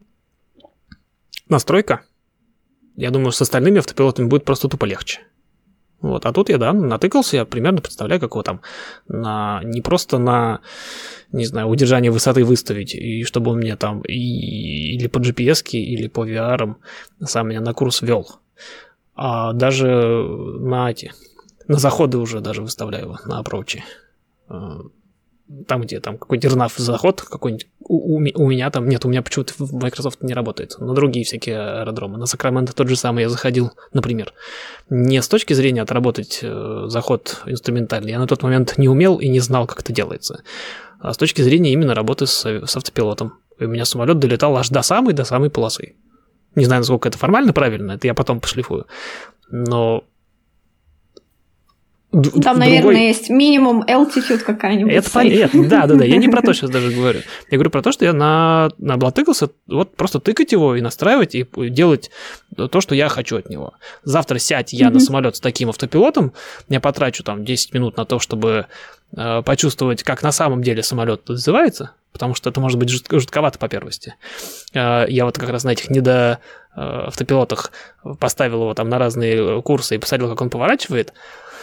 настройка, я думаю, с остальными автопилотами будет просто тупо легче. Вот. А тут я, натыкался, я примерно представляю, как его там не просто на, не знаю, удержание высоты выставить, и чтобы он мне там или по GPS-ке, или по VR сам меня на курс вел. А даже на заходы уже даже выставляю его, на аппроуче. Там, где там какой-то RNAV заход какой-нибудь, у меня там нет, у меня почему-то в Microsoft не работает, на другие всякие аэродромы. На Сакраменто тот же самый я заходил, например. Не с точки зрения отработать заход инструментальный, я на тот момент не умел и не знал, как это делается. а с точки зрения именно работы с автопилотом. И у меня самолет долетал аж до самой полосы. Не знаю, насколько это формально правильно, это я потом пошлифую. Но... Там, наверное, есть минимум altitude какая-нибудь. Это понятно, да, я не про то сейчас даже говорю. Я говорю про то, что я наблатыкался, вот просто тыкать его и настраивать, и делать то, что я хочу от него. Завтра сядь я на самолет с таким автопилотом, я потрачу там 10 минут на то, чтобы почувствовать, как на самом деле самолет называется, потому что это может быть жутковато по первости. Я вот как раз на этих автопилотах поставил его там на разные курсы и посмотрел, как он поворачивает.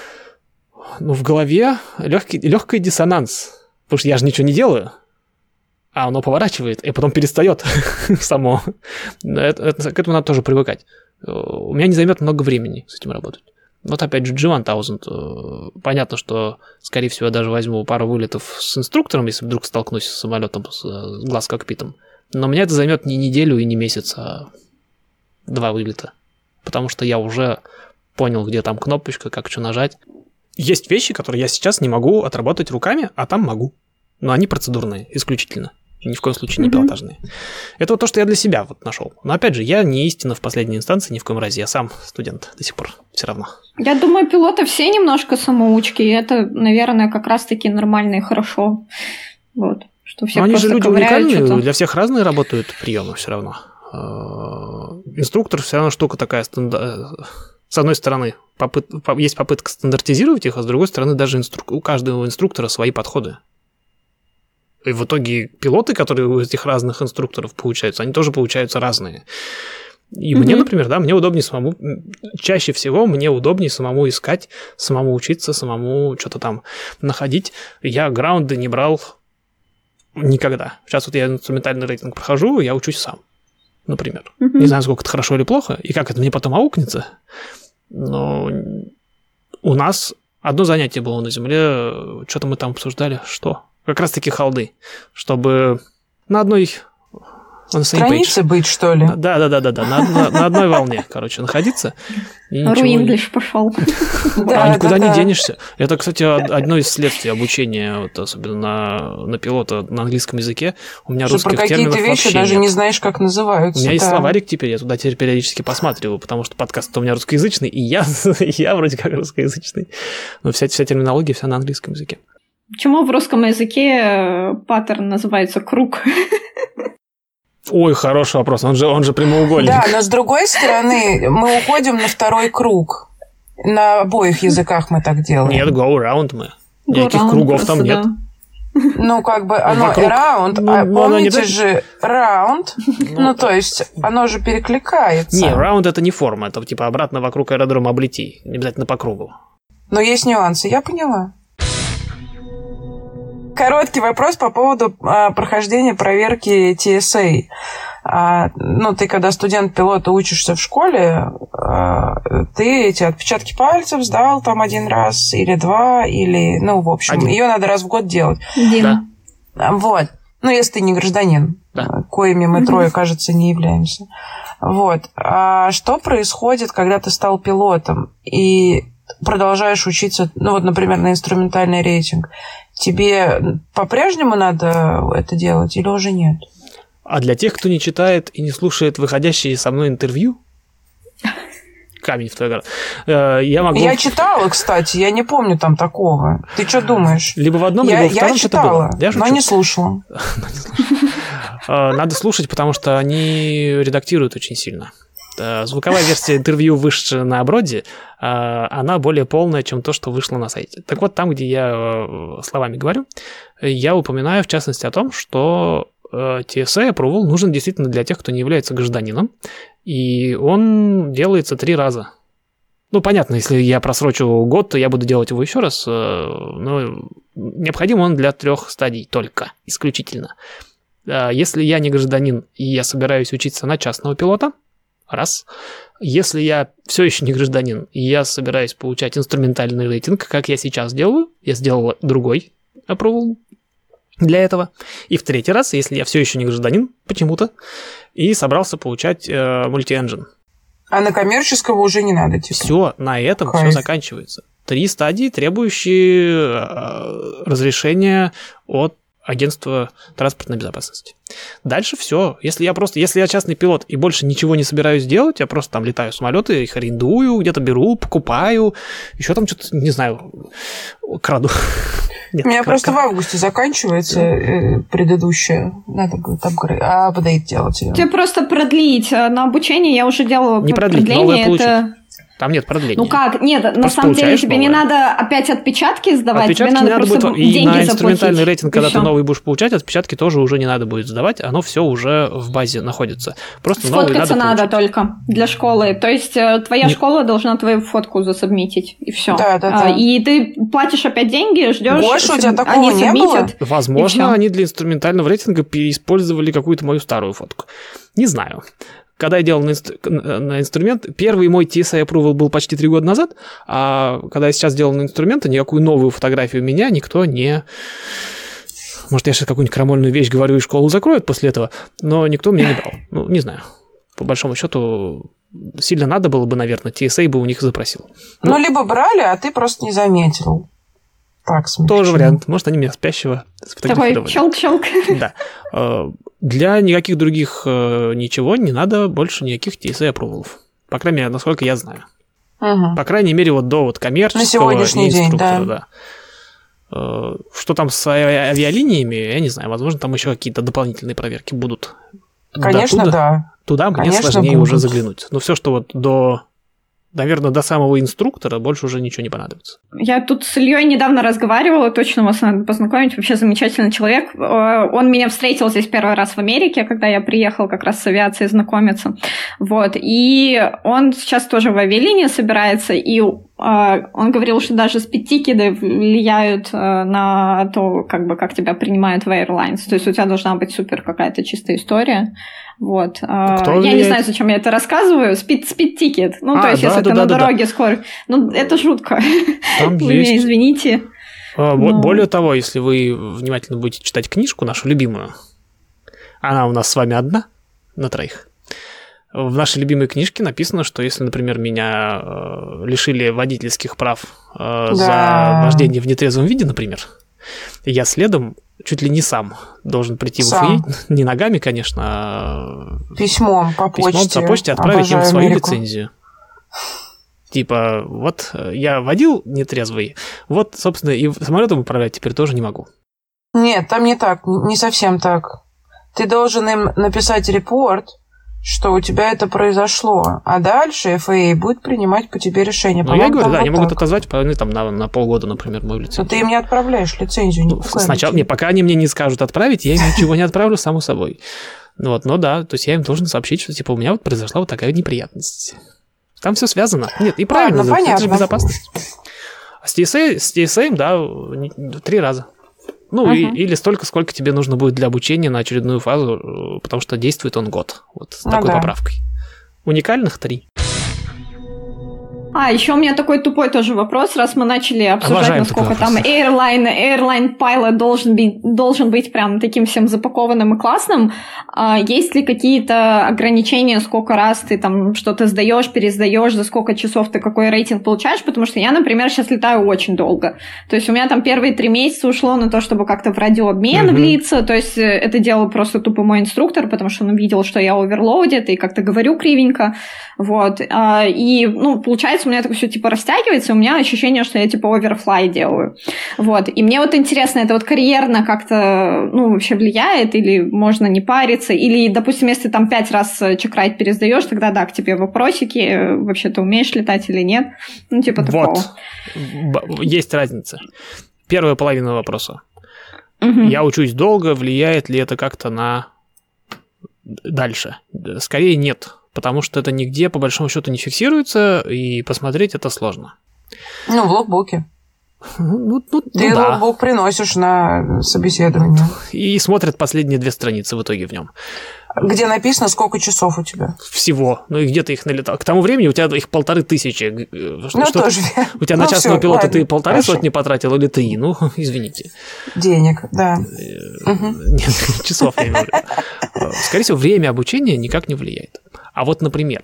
Ну, в голове легкий диссонанс, потому что я же ничего не делаю, а оно поворачивает, и потом перестает само. К этому надо тоже привыкать. У меня не займет много времени с этим работать. Вот опять же, G1000. Понятно, что, скорее всего, я даже возьму пару вылетов с инструктором, если вдруг столкнусь с самолетом с глаз-кокпитом. Но меня это займет не неделю и не месяц, а 2 вылета. Потому что я уже понял, где там кнопочка, как что нажать. Есть вещи, которые я сейчас не могу отработать руками, а там могу. Но они процедурные, исключительно. Ни в коем случае не пилотажные. Это вот то, что я для себя вот нашел. Но опять же, я не истина в последней инстанции ни в коем разе. Я сам студент до сих пор все равно. Я думаю, пилоты все немножко самоучки. И это, наверное, как раз-таки нормально и хорошо. Вот. Что все они же люди уникальные, что-то. Для всех разные работают приемы все равно. Инструктор все равно штука такая С одной стороны, есть попытка стандартизировать их, а с другой стороны, даже у каждого инструктора свои подходы. И в итоге пилоты, которые у этих разных инструкторов получаются, они тоже получаются разные. И мне, например, мне удобнее самому, чаще всего мне удобнее самому искать, самому учиться, самому что-то там находить. Я граунды не брал никогда. Сейчас вот я инструментальный рейтинг прохожу, я учусь сам. Например. Не знаю, сколько это хорошо или плохо, и как это мне потом аукнется, но у нас одно занятие было на земле, что-то мы там обсуждали, что? Как раз-таки халды, чтобы на одной... Странице быть, что ли? Да, на одной волне, находиться. Руинглиш пошел. Никуда не денешься. Это, кстати, одно из следствий обучения, вот, особенно на пилота на английском языке. У меня русских терминов вообще нет. Про какие-то вещи даже не знаешь, как называются. У меня есть словарик теперь, я туда теперь периодически посматриваю, потому что подкаст у меня русскоязычный, и я вроде как русскоязычный. Но вся терминология вся на английском языке. Почему в русском языке паттерн называется круг? Ой, хороший вопрос, он же прямоугольник. Да, но с другой стороны, мы уходим на второй круг. На обоих языках мы так делаем. Нет, go around мы. Никаких кругов там нет. Ну, как бы оно around, а помните же round, то есть оно же перекликается. Не, round это не форма, это типа обратно вокруг аэродрома облети, не обязательно по кругу. Но есть нюансы, я поняла. Короткий вопрос по поводу прохождения проверки TSA. Ты, когда студент-пилота учишься в школе, ты эти отпечатки пальцев сдал там 1 раз или 2, или, в общем, ее надо раз в год делать. Да. Вот. Если ты не гражданин, да. Коими мы трое, кажется, не являемся. Вот. А что происходит, когда ты стал пилотом и продолжаешь учиться, например, на инструментальный рейтинг? Тебе по-прежнему надо это делать или уже нет? А для тех, кто не читает и не слушает выходящие со мной интервью, камень в твой огород, я могу... Я читала, кстати, я не помню там такого. Ты что думаешь? Либо в одном, либо во втором что-то было. Я читала, но не слушала. Надо слушать, потому что они редактируют очень сильно. Звуковая версия интервью вышла на Броде, она более полная, чем то, что вышло на сайте. Так вот, там, где я словами говорю, я упоминаю, в частности, о том, что TSA approval нужен действительно для тех, кто не является гражданином, и он делается 3 раза. Понятно, если я просрочу год, то я буду делать его еще раз, но необходим он для 3 стадий только, исключительно. Если я не гражданин, и я собираюсь учиться на частного пилота, раз. Если я все еще не гражданин, и я собираюсь получать инструментальный рейтинг, как я сейчас делаю, я сделал другой approval для этого. И в 3-й раз, если я все еще не гражданин, почему-то, и собрался получать multi-engine. А на коммерческого уже не надо, типа? Все, на этом все заканчивается. 3 стадии, требующие разрешения от агентство транспортной безопасности. Дальше все. Если я частный пилот и больше ничего не собираюсь делать, я просто там летаю в самолеты, их арендую, где-то беру, покупаю, еще там что-то, не знаю, краду. Нет, у меня просто в августе заканчивается предыдущее. Надо будет апдейт делать. Тебе просто продлить. На обучение я уже делала не продлить, новое получить. Там нет продления. Ну как? Нет, просто на самом деле тебе не надо опять отпечатки сдавать. Отпечатки тебе надо просто будет, и на инструментальный рейтинг, когда ты новый будешь получать, отпечатки тоже уже не надо будет сдавать, оно все уже в базе находится. Просто сфоткаться надо только для школы. То есть твоя школа должна твою фотку засубмитить, и все. Да. И ты платишь опять деньги, ждешь. Гоша, у тебя такого не было? Возможно, они для инструментального рейтинга использовали какую-то мою старую фотку. Не знаю. Когда я делал на инструмент, первый мой TSA approval был почти 3 года назад, а когда я сейчас делал на инструменты, никакую новую фотографию меня никто не... Может, я сейчас какую-нибудь крамольную вещь говорю, и школу закроют после этого, но никто мне не дал. Ну, не знаю. По большому счету, сильно надо было бы, наверное, TSA бы у них запросил. Ну, либо брали, а ты просто не заметил. Так, смешно. Тоже вариант. Может, они меня спящего сфотографировали. Такой щелк-щелк. Да. Для никаких других ничего не надо больше никаких TSA аппрувалов. По крайней мере, насколько я знаю. Угу. По крайней мере, вот до вот коммерческого на сегодняшний день, да. Что там с авиалиниями, я не знаю. Возможно, там еще какие-то дополнительные проверки будут. Конечно, да. Туда мне сложнее уже заглянуть. Но все, что вот наверное, до самого инструктора больше уже ничего не понадобится. Я тут с Ильей недавно разговаривала, точно вас надо познакомить, вообще замечательный человек. Он меня встретил здесь первый раз в Америке, когда я приехала как раз с авиацией знакомиться. Вот. И он сейчас тоже в авиалинии собирается, и он говорил, что даже спидтикеты влияют на то, как тебя принимают в Airlines. То есть у тебя должна быть супер какая-то чистая история. Вот. Я не знаю, зачем я это рассказываю. Спид-тикет. Ну, то есть, если ты на дороге скоро... Ну, это жутко. Там вы есть... меня извините. Более того, если вы внимательно будете читать книжку нашу любимую, она у нас с вами одна на троих. В нашей любимой книжке написано, что если, например, меня лишили водительских прав за вождение в нетрезвом виде, например, я следом чуть ли не сам должен прийти в УФИ, не ногами, конечно, а письмом по почте отправить им свою лицензию. Типа, вот я водил нетрезвый, вот, собственно, и самолетом управлять теперь тоже не могу. Нет, там не так, не совсем так. Ты должен им написать репорт, что у тебя это произошло, а дальше FAA будет принимать по тебе решение. Ну, я говорю, да, они могут отозвать там, на полгода, например, мою лицензию. Но ты им не отправляешь лицензию. Сначала, пока они мне не скажут отправить, я им ничего не отправлю, само собой. Вот, но да, то есть я им должен сообщить, что типа у меня вот произошла вот такая неприятность. Там все связано. Нет, и правильно, это же безопасность. С TSA, да, 3 раза. Ну, или столько, сколько тебе нужно будет для обучения на очередную фазу, потому что действует он год. Вот с такой поправкой. Уникальных 3. Еще у меня такой тупой тоже вопрос, раз мы начали обсуждать, насколько там airline pilot должен быть прям таким всем запакованным и классным. Есть ли какие-то ограничения, сколько раз ты там что-то сдаешь, пересдаешь, за сколько часов ты какой рейтинг получаешь? Потому что я, например, сейчас летаю очень долго. То есть у меня там первые 3 месяца ушло на то, чтобы как-то в радиообмен влиться. То есть это делал просто тупо мой инструктор, потому что он увидел, что я оверлоудед и как-то говорю кривенько. Вот. И, получается, у меня это все типа растягивается, и у меня ощущение, что я типа оверфлай делаю. Вот. И мне вот интересно, это вот карьерно как-то, вообще влияет, или можно не париться, или, допустим, если там 5 раз чекрайт пересдаешь, тогда да, к тебе вопросики, вообще ты умеешь летать или нет, типа такого. Вот. Есть разница. Первая половина вопроса. Я учусь долго, влияет ли это как-то на дальше? Скорее нет. Потому что это нигде, по большому счету, не фиксируется, и посмотреть это сложно. В логбуке. Ты логбук приносишь на собеседование. И смотрят последние 2 страницы в итоге в нем. Где написано, сколько часов у тебя? Всего. Ну и где ты их налетал. К тому времени у тебя их 1500. Тоже. У тебя на частного пилота ты 150 потратил или 3? Ну, извините. Денег, да. Нет, часов я имею в виду. Скорее всего, время обучения никак не влияет. А вот, например,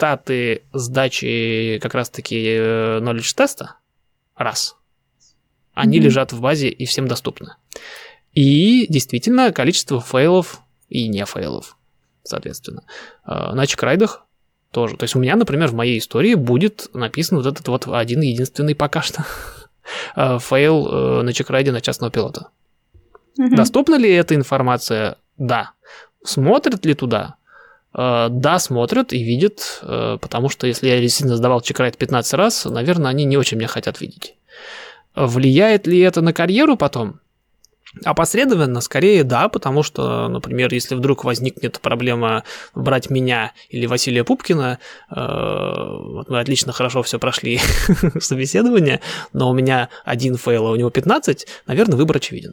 результаты сдачи как раз-таки knowledge теста, раз, Они лежат в базе и всем доступны. И действительно количество фейлов и не фейлов, соответственно. На чекрайдах тоже. То есть у меня, например, в моей истории будет написан вот этот вот один единственный пока что фейл на чекрайде на частного пилота. Доступна ли эта информация? Да. Смотрят ли туда? Да, смотрят и видят, потому что если я действительно сдавал чекрайд 15 раз, наверное, они не очень меня хотят видеть. Влияет ли это на карьеру потом? Опосредованно, скорее, да, потому что, например, если вдруг возникнет проблема брать меня или Василия Пупкина, вот мы отлично, хорошо все прошли собеседование, но у меня один фейл, а у него 15, наверное, выбор очевиден.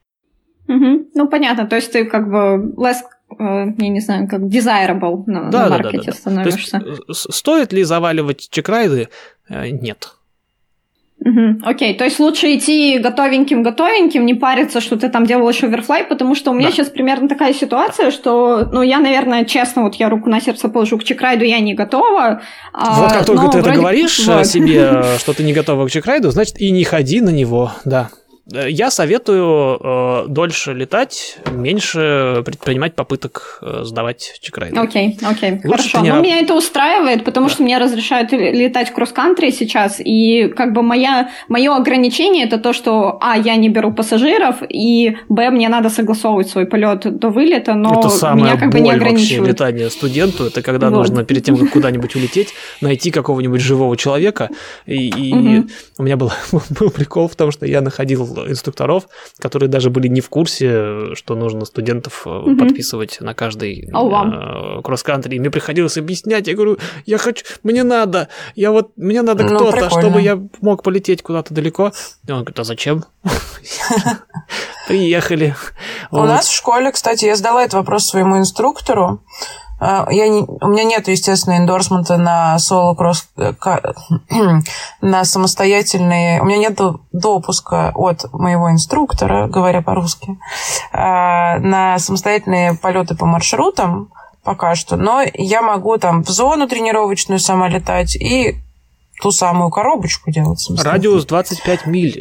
Ну, понятно, то есть ты как бы less, я не знаю, как desirable на маркете становишься. То есть, стоит ли заваливать чекрайды? Нет. Окей, то есть лучше идти готовеньким, не париться, что ты там делаешь оверфлай, потому что у меня сейчас примерно такая ситуация, что, я, наверное, честно, вот я руку на сердце положу, к чекрайду я не готова. Вот как только ты это говоришь себе, что ты не готова к чекрайду, значит, и не ходи на него, да. Я советую дольше летать, меньше предпринимать попыток сдавать чекрайды. Окей, хорошо. Меня это устраивает, потому что мне разрешают летать в кросс-кантри сейчас, и как бы мое ограничение это то, что я не беру пассажиров, и мне надо согласовывать свой полет до вылета, но это меня как бы не ограничивает. Вообще летание студенту, это когда нужно перед тем, как куда-нибудь улететь, найти какого-нибудь живого человека, и у меня был прикол в том, что я находил инструкторов, которые даже были не в курсе, что нужно студентов подписывать на каждый кросс-кантри. И мне приходилось объяснять, я говорю, мне надо кто-то, чтобы я мог полететь куда-то далеко. И он говорит, а зачем? Приехали. У нас в школе, кстати, я задала этот вопрос своему инструктору. У меня нет, естественно, эндорсмента на соло-кросс, на самостоятельные... У меня нет допуска от моего инструктора, говоря по-русски, на самостоятельные полеты по маршрутам пока что, но я могу там в зону тренировочную сама летать и ту самую коробочку делать самостоятельно. Радиус 25 миль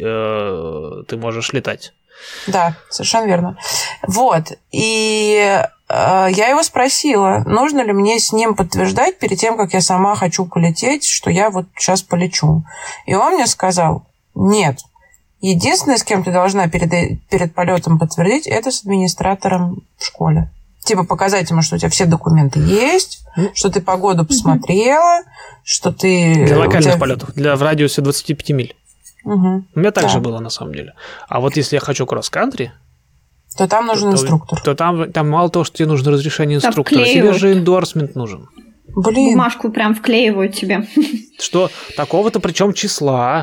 ты можешь летать. Да, совершенно верно. Вот, и... Я его спросила, нужно ли мне с ним подтверждать перед тем, как я сама хочу полететь, что я вот сейчас полечу. И он мне сказал, нет. Единственное, с кем ты должна перед полетом подтвердить, это с администратором в школе. Типа показать ему, что у тебя все документы есть, что ты погоду посмотрела, что ты... Для локальных полетов, в радиусе 25 миль. У меня так же было, на самом деле. А вот если я хочу кросс-кантри, то там нужен инструктор. То там мало того, что тебе нужно разрешение инструктора, тебе же эндорсмент нужен. Блин. Бумажку прям вклеивают тебе. Что такого-то причем числа.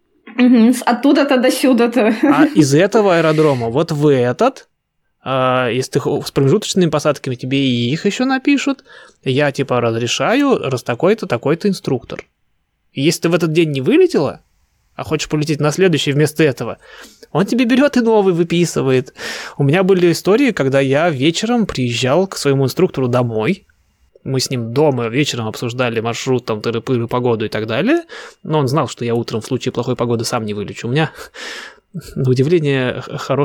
Оттуда-то до сюда-то. А из этого аэродрома вот в этот, если ты с промежуточными посадками, тебе и их еще напишут. Я типа разрешаю, раз такой-то, такой-то инструктор. И если ты в этот день не вылетела, а хочешь полететь на следующий вместо этого, он тебе берет и новый выписывает. У меня были истории, когда я вечером приезжал к своему инструктору домой. Мы с ним дома вечером обсуждали маршрут, там, тыры-пыры, погоду и так далее. Но он знал, что я утром в случае плохой погоды сам не вылечу. У меня, на удивление,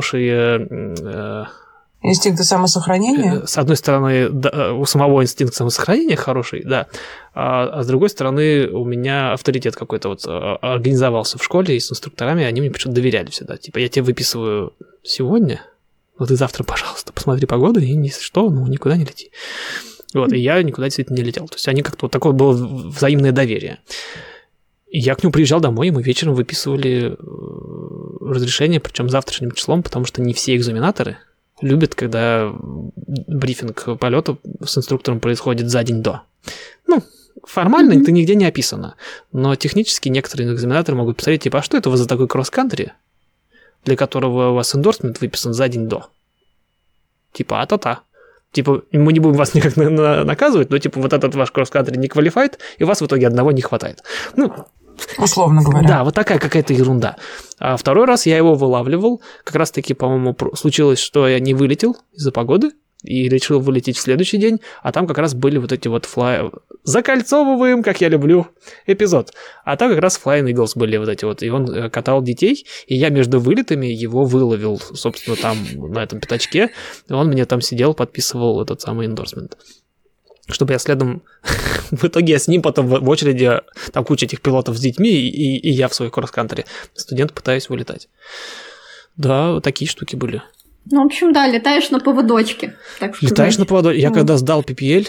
хорошие... Инстинкты самосохранения? С одной стороны, да, у самого инстинкт самосохранения хороший, да, а с другой стороны, у меня авторитет какой-то вот организовался в школе, и с инструкторами они мне почему-то доверяли всегда. Типа, я тебе выписываю сегодня, но ты завтра, пожалуйста, посмотри погоду, и никуда не лети. Вот, и я никуда действительно не летел. То есть они как-то вот такое было взаимное доверие. И я к нему приезжал домой, и мы вечером выписывали разрешение, причем завтрашним числом, потому что не все экзаменаторы любят, когда брифинг полета с инструктором происходит за день до. Формально это нигде не описано, но технически некоторые экзаменаторы могут посмотреть, типа, а что это у вас за такой кросс-кантри, для которого у вас эндорсмент выписан за день до? Типа, а-та-та. Типа, мы не будем вас никак наказывать, но, типа, вот этот ваш кросс-кантри не квалифайт, и у вас в итоге одного не хватает. Условно говоря. Да, вот такая какая-то ерунда. А второй раз я его вылавливал. Как раз-таки, по-моему, случилось, что я не вылетел из-за погоды и решил вылететь в следующий день, а там как раз были вот эти вот закольцовываем, как я люблю, эпизод. А там как раз Flying Eagles были вот эти вот, и он катал детей, и я между вылетами его выловил, собственно, там на этом пятачке, и он мне там сидел, подписывал этот самый эндорсмент. Чтобы я следом... В итоге я с ним потом в очереди, там куча этих пилотов с детьми, и я в свой кросс-кантри студент пытаюсь вылетать. Да, вот такие штуки были. Ну, в общем, да, летаешь на поводочке, так сказать. Летаешь на поводочке. Я когда сдал PPL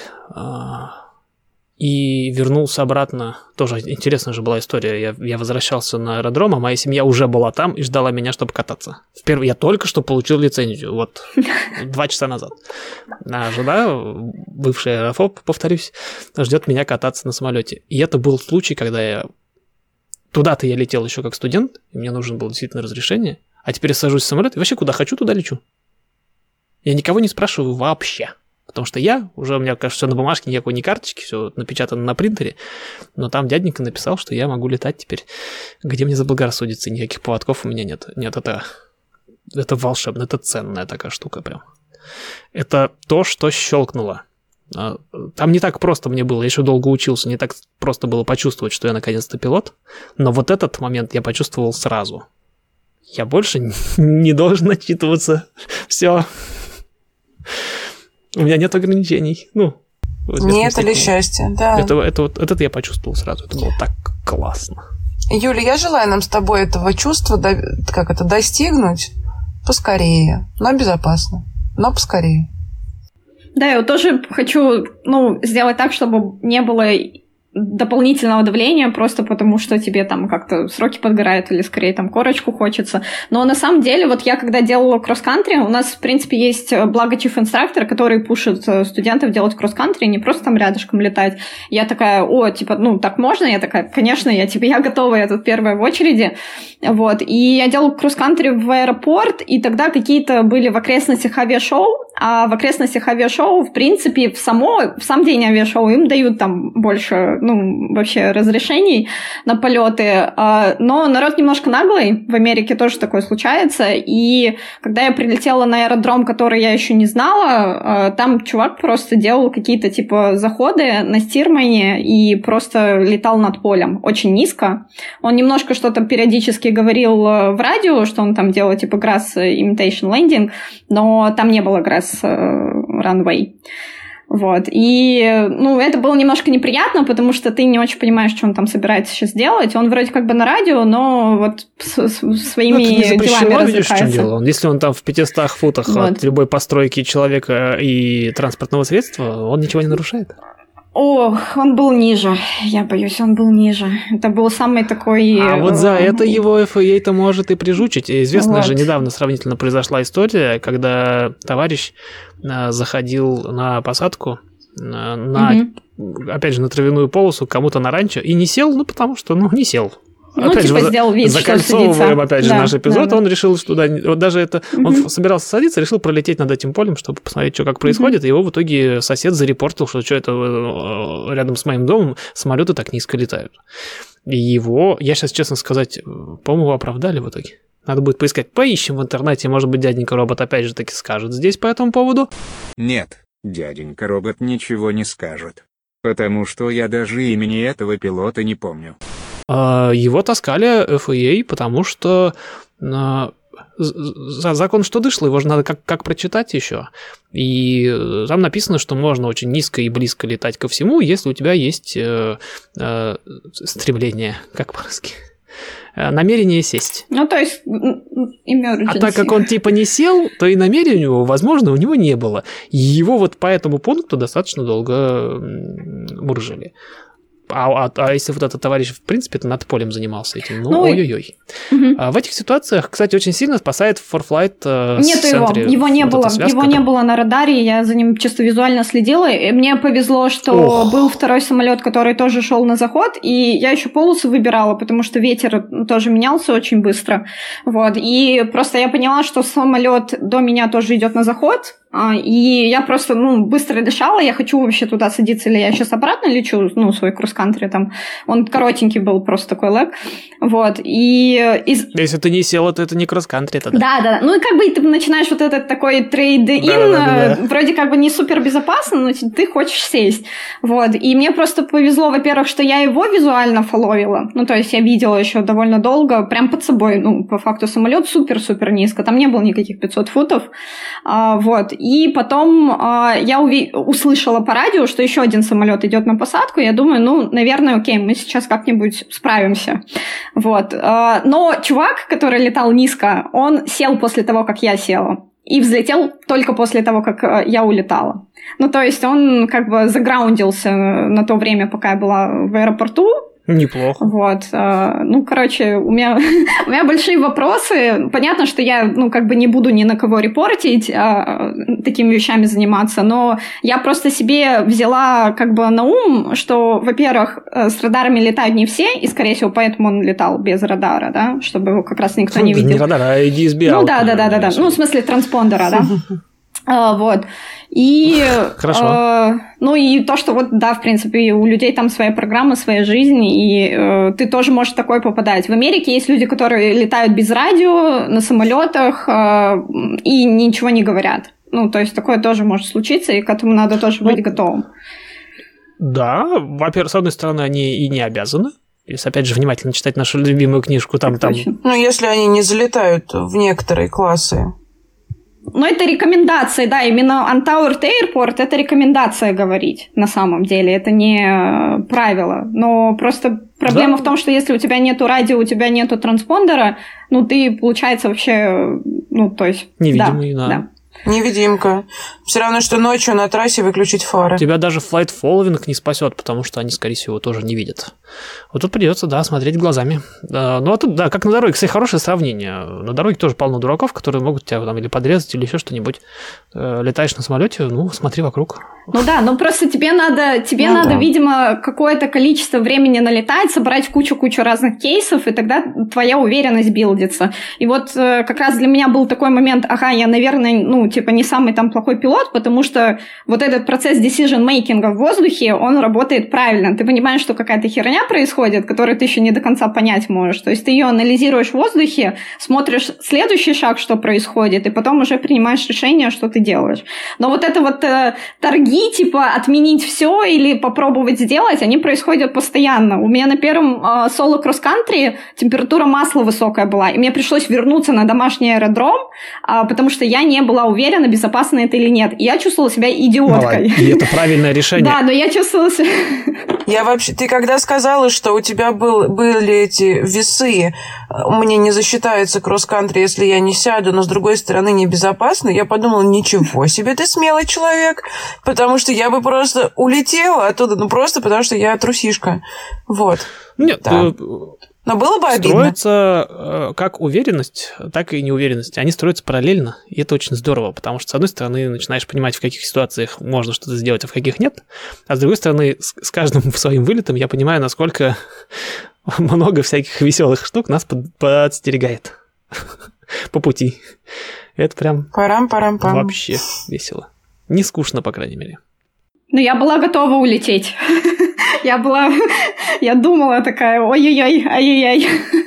и вернулся обратно, тоже интересная же была история, я возвращался на аэродром, а моя семья уже была там и ждала меня, чтобы кататься. Я только что получил лицензию, вот 2 часа назад. А жена, бывший аэрофоб, повторюсь, ждет меня кататься на самолете. И это был случай, когда я... Туда-то я летел еще как студент, и мне нужно было действительно разрешение, а теперь я сажусь в самолет и вообще куда хочу, туда лечу. Я никого не спрашиваю вообще. Потому что у меня, кажется, все на бумажке, никакой не карточки, все напечатано на принтере, но там дяденька написал, что я могу летать теперь, где мне заблагорассудится, никаких поводков у меня нет. Нет, это волшебно, это ценная такая штука прям. Это то, что щелкнуло. Там не так просто мне было, я еще долго учился, не так просто было почувствовать, что я наконец-то пилот, но вот этот момент я почувствовал сразу. Я больше не должен отчитываться. Все. У меня нет ограничений. Нет или счастье, да. Это я почувствовал сразу. Это было так классно. Юля, я желаю нам с тобой этого чувства, достигнуть поскорее, но безопасно, но поскорее. Да, я тоже хочу, сделать так, чтобы не было дополнительного давления, просто потому что тебе там как-то сроки подгорают или скорее там корочку хочется. Но на самом деле, вот я когда делала кросс-кантри, у нас, в принципе, есть благо чиф-инструктор, который пушит студентов делать кросс-кантри, не просто там рядышком летать. Я такая, так можно? Я такая, конечно, я готова, я тут первая в очереди. Вот. И я делала кросс-кантри в аэропорт, и тогда какие-то были в окрестностях авиашоу, а в окрестностях авиашоу, в принципе, в сам день авиашоу им дают там больше вообще разрешений на полеты. Но народ немножко наглый, в Америке тоже такое случается, и когда я прилетела на аэродром, который я еще не знала, там чувак просто делал какие-то типа заходы на стирмане и просто летал над полем очень низко. Он немножко что-то периодически говорил в радио, что он там делал типа grass imitation landing, но там не было grass runway. Вот. И, это было немножко неприятно, потому что ты не очень понимаешь, что он там собирается сейчас делать. Он вроде как бы на радио, но вот своими делами развлекается. В чем дело? Если он там в 500 футах от любой постройки человека и транспортного средства, он ничего не нарушает. Ох, он был ниже. Я боюсь, он был ниже. Это был самый такой... А вот за это его FAA-то может и прижучить. Известно же, недавно сравнительно произошла история, когда товарищ заходил на посадку, опять же, на травяную полосу, кому-то на ранчо, и не сел, потому что, не сел. Опять же, сделал вид, закольцовываем, опять же, наш эпизод, он решил туда, вот даже это, он собирался садиться, решил пролететь над этим полем, чтобы посмотреть, что как происходит, и его в итоге сосед зарепортил, что это рядом с моим домом самолеты так низко летают. И его, я сейчас, честно сказать, по-моему, оправдали в итоге. Надо будет поискать, поищем в интернете, может быть, дяденька робот опять же таки скажет здесь по этому поводу. Нет, дяденька робот ничего не скажет, потому что я даже имени этого пилота не помню. Его таскали FAA, потому что закон что дышло, его же надо как прочитать еще. И там написано, что можно очень низко и близко летать ко всему, если у тебя есть стремление, как по-русски, намерение сесть. То есть emergency. А так как он типа не сел, то и намерения у него, возможно, у него не было. И его вот по этому пункту достаточно долго мурыжили. А если вот этот товарищ, в принципе, над полем занимался этим, ой-ой-ой. В этих ситуациях, кстати, очень сильно спасает ForFlight Нет его не было. Его не было на радаре, я за ним чисто визуально следила. И мне повезло, что был второй самолет, который тоже шел на заход, и я еще полосы выбирала, потому что ветер тоже менялся очень быстро. Вот. И просто я поняла, что самолет до меня тоже идет на заход, И я просто, быстро решала, я хочу вообще туда садиться, или я сейчас обратно лечу, свой кросс-кантри там. Он коротенький был, просто такой лэг. Вот. Если ты не села, то это не кросс-кантри тогда. Да. И как бы ты начинаешь вот этот такой трейд-ин, вроде как бы не супер безопасно, но ты хочешь сесть. Вот. И мне просто повезло, во-первых, что я его визуально фоловила. То есть я видела еще довольно долго, прям под собой, по факту самолет супер-супер низко, там не было никаких 500 футов. Вот. И потом я услышала по радио, что еще один самолет идет на посадку. Я думаю, наверное, окей, мы сейчас как-нибудь справимся. Вот. Но чувак, который летал низко, он сел после того, как я села. И взлетел только после того, как я улетала. То есть он как бы заграундился на то время, пока я была в аэропорту. Неплохо. Вот. Короче, у меня большие вопросы. Понятно, что я, не буду ни на кого репортить, такими вещами заниматься, но я просто себе взяла на ум, что, во-первых, с радарами летают не все, и, скорее всего, поэтому он летал без радара, да, чтобы его как раз никто не видел. Не радар, а DSB. Да. В смысле транспондера, да. Вот. И, хорошо. И то, что в принципе, у людей там своя программа, своя жизнь, и ты тоже можешь в такое попадать. В Америке есть люди, которые летают без радио, на самолетах, и ничего не говорят. То есть такое тоже может случиться, и к этому надо тоже быть готовым. Да, во-первых, с одной стороны, они и не обязаны. Если, опять же, внимательно читать нашу любимую книжку, там... если они не залетают в некоторые классы. Это рекомендация, да, именно Untowered Airport – это рекомендация говорить на самом деле, это не правило. Но просто проблема в том, что если у тебя нету радио, у тебя нету транспондера, ты, получается, вообще, то есть… Невидимый, да. Невидимка. Все равно, что ночью на трассе выключить фары. Тебя даже flight following не спасет, потому что они, скорее всего, тоже не видят. Вот тут придется, смотреть глазами. А тут, как на дороге. Кстати, хорошее сравнение. На дороге тоже полно дураков, которые могут тебя там или подрезать, или еще что-нибудь. Летаешь на самолете, смотри вокруг. Просто тебе надо, видимо, какое-то количество времени налетать, собрать кучу разных кейсов, и тогда твоя уверенность билдится. И вот как раз для меня был такой момент, я, наверное, не самый там плохой пилот, потому что вот этот процесс decision-making в воздухе, он работает правильно. Ты понимаешь, что какая-то херня происходит, которую ты еще не до конца понять можешь. То есть ты ее анализируешь в воздухе, смотришь следующий шаг, что происходит, и потом уже принимаешь решение, что ты делаешь. Но вот это торги, отменить все или попробовать сделать, они происходят постоянно. У меня на первом соло кросс-кантри температура масла высокая была, и мне пришлось вернуться на домашний аэродром, потому что я не была уверена, безопасно это или нет. И я чувствовала себя идиоткой. И это правильное решение. Да, но я чувствовала себя... Ты когда сказала, что у тебя были эти весы, мне не засчитается кросс-кантри, если я не сяду, но с другой стороны небезопасно, я подумала, ничего себе, ты смелый человек, потому что я бы просто улетела оттуда, просто потому что я трусишка. Вот. Нет, да. Но было бы обидно. Строится как уверенность, так и неуверенность. Они строятся параллельно, и это очень здорово, потому что, с одной стороны, начинаешь понимать, в каких ситуациях можно что-то сделать, а в каких нет, а с другой стороны, с каждым своим вылетом я понимаю, насколько много всяких веселых штук нас подстерегает по пути. Это прям Парам-парам-пам. Вообще весело. Не скучно, по крайней мере. Я была готова улететь. Я думала такая, ой-ой-ой, ай-яй-яй.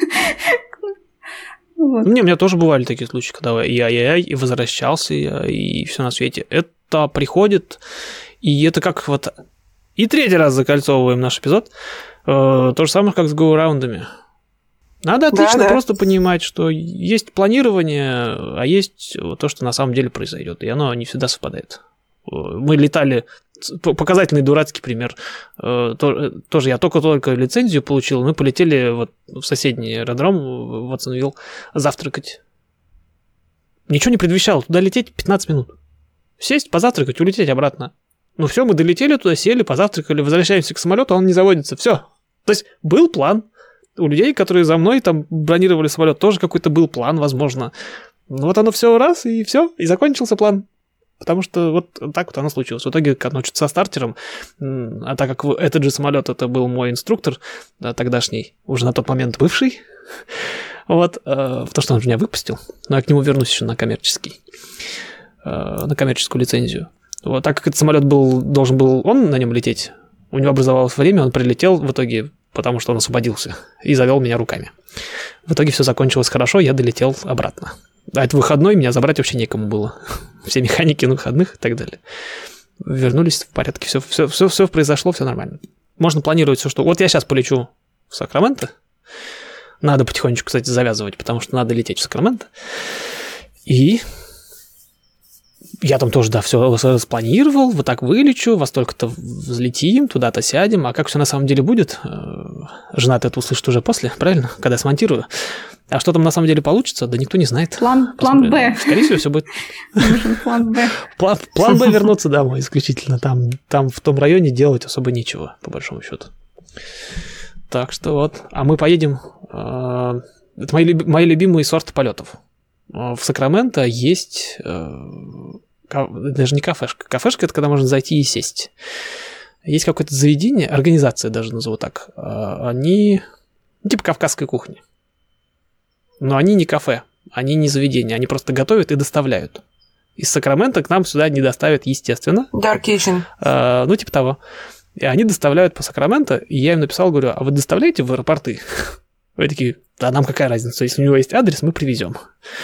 Вот. У меня тоже бывали такие случаи, когда я и возвращался, и все на свете. Это приходит, и это как И третий раз закольцовываем наш эпизод. То же самое, как с гоу-раундами. Надо отлично просто понимать, что есть планирование, а есть то, что на самом деле произойдет, и оно не всегда совпадает. Мы летали, показательный дурацкий пример, тоже я только лицензию получил, мы полетели в соседний аэродром, в Вотсонвилл, завтракать. Ничего не предвещало, туда лететь 15 минут. Сесть, позавтракать, улететь обратно. Все, мы долетели туда, сели, позавтракали, возвращаемся к самолету, он не заводится, все. То есть был план. У людей, которые за мной там бронировали самолет, тоже какой-то был план, возможно. Оно все раз, и все, и закончился план. Потому что так оно случилось. В итоге, что-то со стартером, а так как этот же самолет, это был мой инструктор, тогдашний, уже на тот момент бывший, потому что он меня выпустил, но я к нему вернусь еще на коммерческий. на коммерческую лицензию. Вот, так как этот самолет должен был он на нем лететь, у него образовалось время, он прилетел в итоге, потому что он освободился, и завел меня руками. В итоге все закончилось хорошо, я долетел обратно. А это выходной, меня забрать вообще некому было. Все механики на выходных и так далее. Вернулись в порядке, все произошло, все нормально. Можно планировать все, что... Вот я сейчас полечу в Сакраменто. Надо потихонечку, кстати, завязывать, потому что надо лететь в Сакраменто. И я там тоже, да, все спланировал, вот так вылечу, во столько-то взлетим, туда-то сядем. А как все на самом деле будет, жена-то это услышит уже после, правильно? Когда я смонтирую. А что там на самом деле получится, да никто не знает. План Б. Скорее всего, все будет... Нужен план Б. План Б вернуться домой исключительно. Там в том районе делать особо нечего, по большому счету. Так что вот. А мы поедем... Это мои любимые сорты полетов. В Сакраменто есть... Даже не кафешка. Кафешка – это когда можно зайти и сесть. Есть какое-то заведение, организация даже назову так. Они типа кавказской кухни. Но они не кафе, они не заведения, они просто готовят и доставляют. Из Сакрамента к нам сюда не доставят, естественно. Dark Kitchen. Ну, типа того. И они доставляют по Сакраменто, и я им написал, говорю, а вы доставляете в аэропорты? Вы такие, да нам какая разница, если у него есть адрес, мы привезем.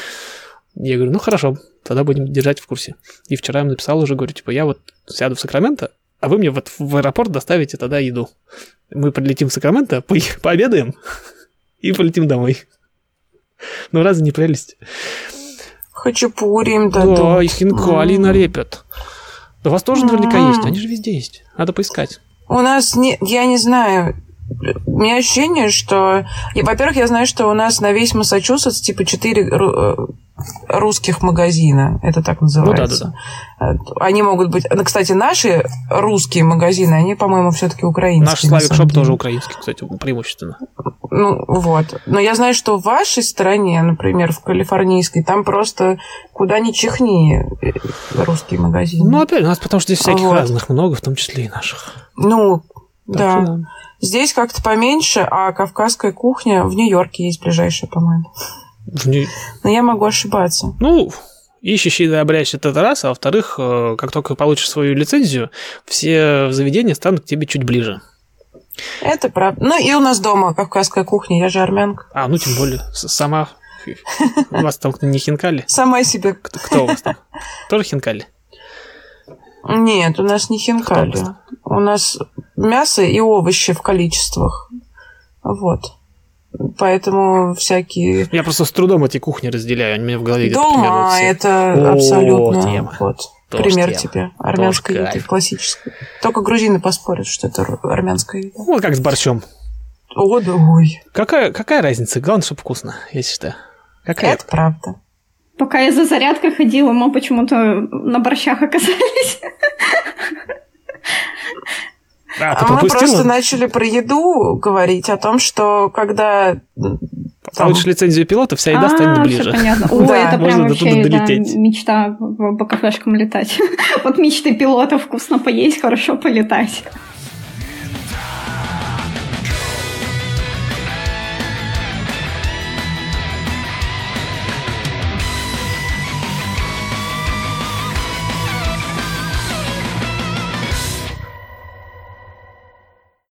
Я говорю, ну хорошо, тогда будем держать в курсе. И вчера я им написал уже, говорю, типа, я вот сяду в Сакраменто, а вы мне вот в аэропорт доставите тогда еду. Мы прилетим в Сакраменто, пообедаем и полетим домой. Ну, разве не прелесть? Хачапури им дадут. Да, и хинкали налепят. Да у вас тоже наверняка есть, они же везде есть. Надо поискать. У нас, я не знаю, у меня ощущение, что... Во-первых, я знаю, что у нас на весь Массачусетс типа 4 русских магазина. Это так называется. Ну, да. Они могут быть... Кстати, наши русские магазины, они, по-моему, все-таки украинские. Наш Славик Шоп тоже украинский, кстати, преимущественно. Ну, вот. Но я знаю, что в вашей стране, например, в калифорнийской, там просто куда ни чихни русские магазины. Ну, опять, у нас потому что здесь всяких разных много, в том числе и наших. Ну, так да. Что, да. Здесь как-то поменьше, а кавказская кухня в Нью-Йорке есть ближайшая, по-моему. Но я могу ошибаться. Ну, ищешь и обрящешь это раз, а во-вторых, как только получишь свою лицензию, все заведения станут к тебе чуть ближе. Это правда. Ну, и у нас дома кавказская кухня, я же армянка. А, ну, тем более, сама... У вас там не хинкали? Сама себе. Кто у вас там? Тоже хинкали? Нет, у нас не хинкали. У нас мясо и овощи в количествах. Вот. Поэтому всякие... Я просто с трудом эти кухни разделяю, они у меня в голове где-то дома примерно все. Это абсолютно... Тема. Вот. Тоже Пример тема. тебе. Армянская Тоже еда, кайф. классическая. Только грузины поспорят, что это армянская еда. Вот как с борщом. О, да ой. Какая разница? Главное, чтобы вкусно, я считаю. Какая? Это правда. Пока я за зарядкой ходила, мы почему-то на борщах оказались. Мы просто начали про еду говорить, о том, что когда... Получишь лицензию пилота, вся еда станет ближе. Все понятно. Ой, Да, это прям вообще долететь. Мечта по кафешкам летать. Вот мечты пилота: вкусно поесть, хорошо полетать.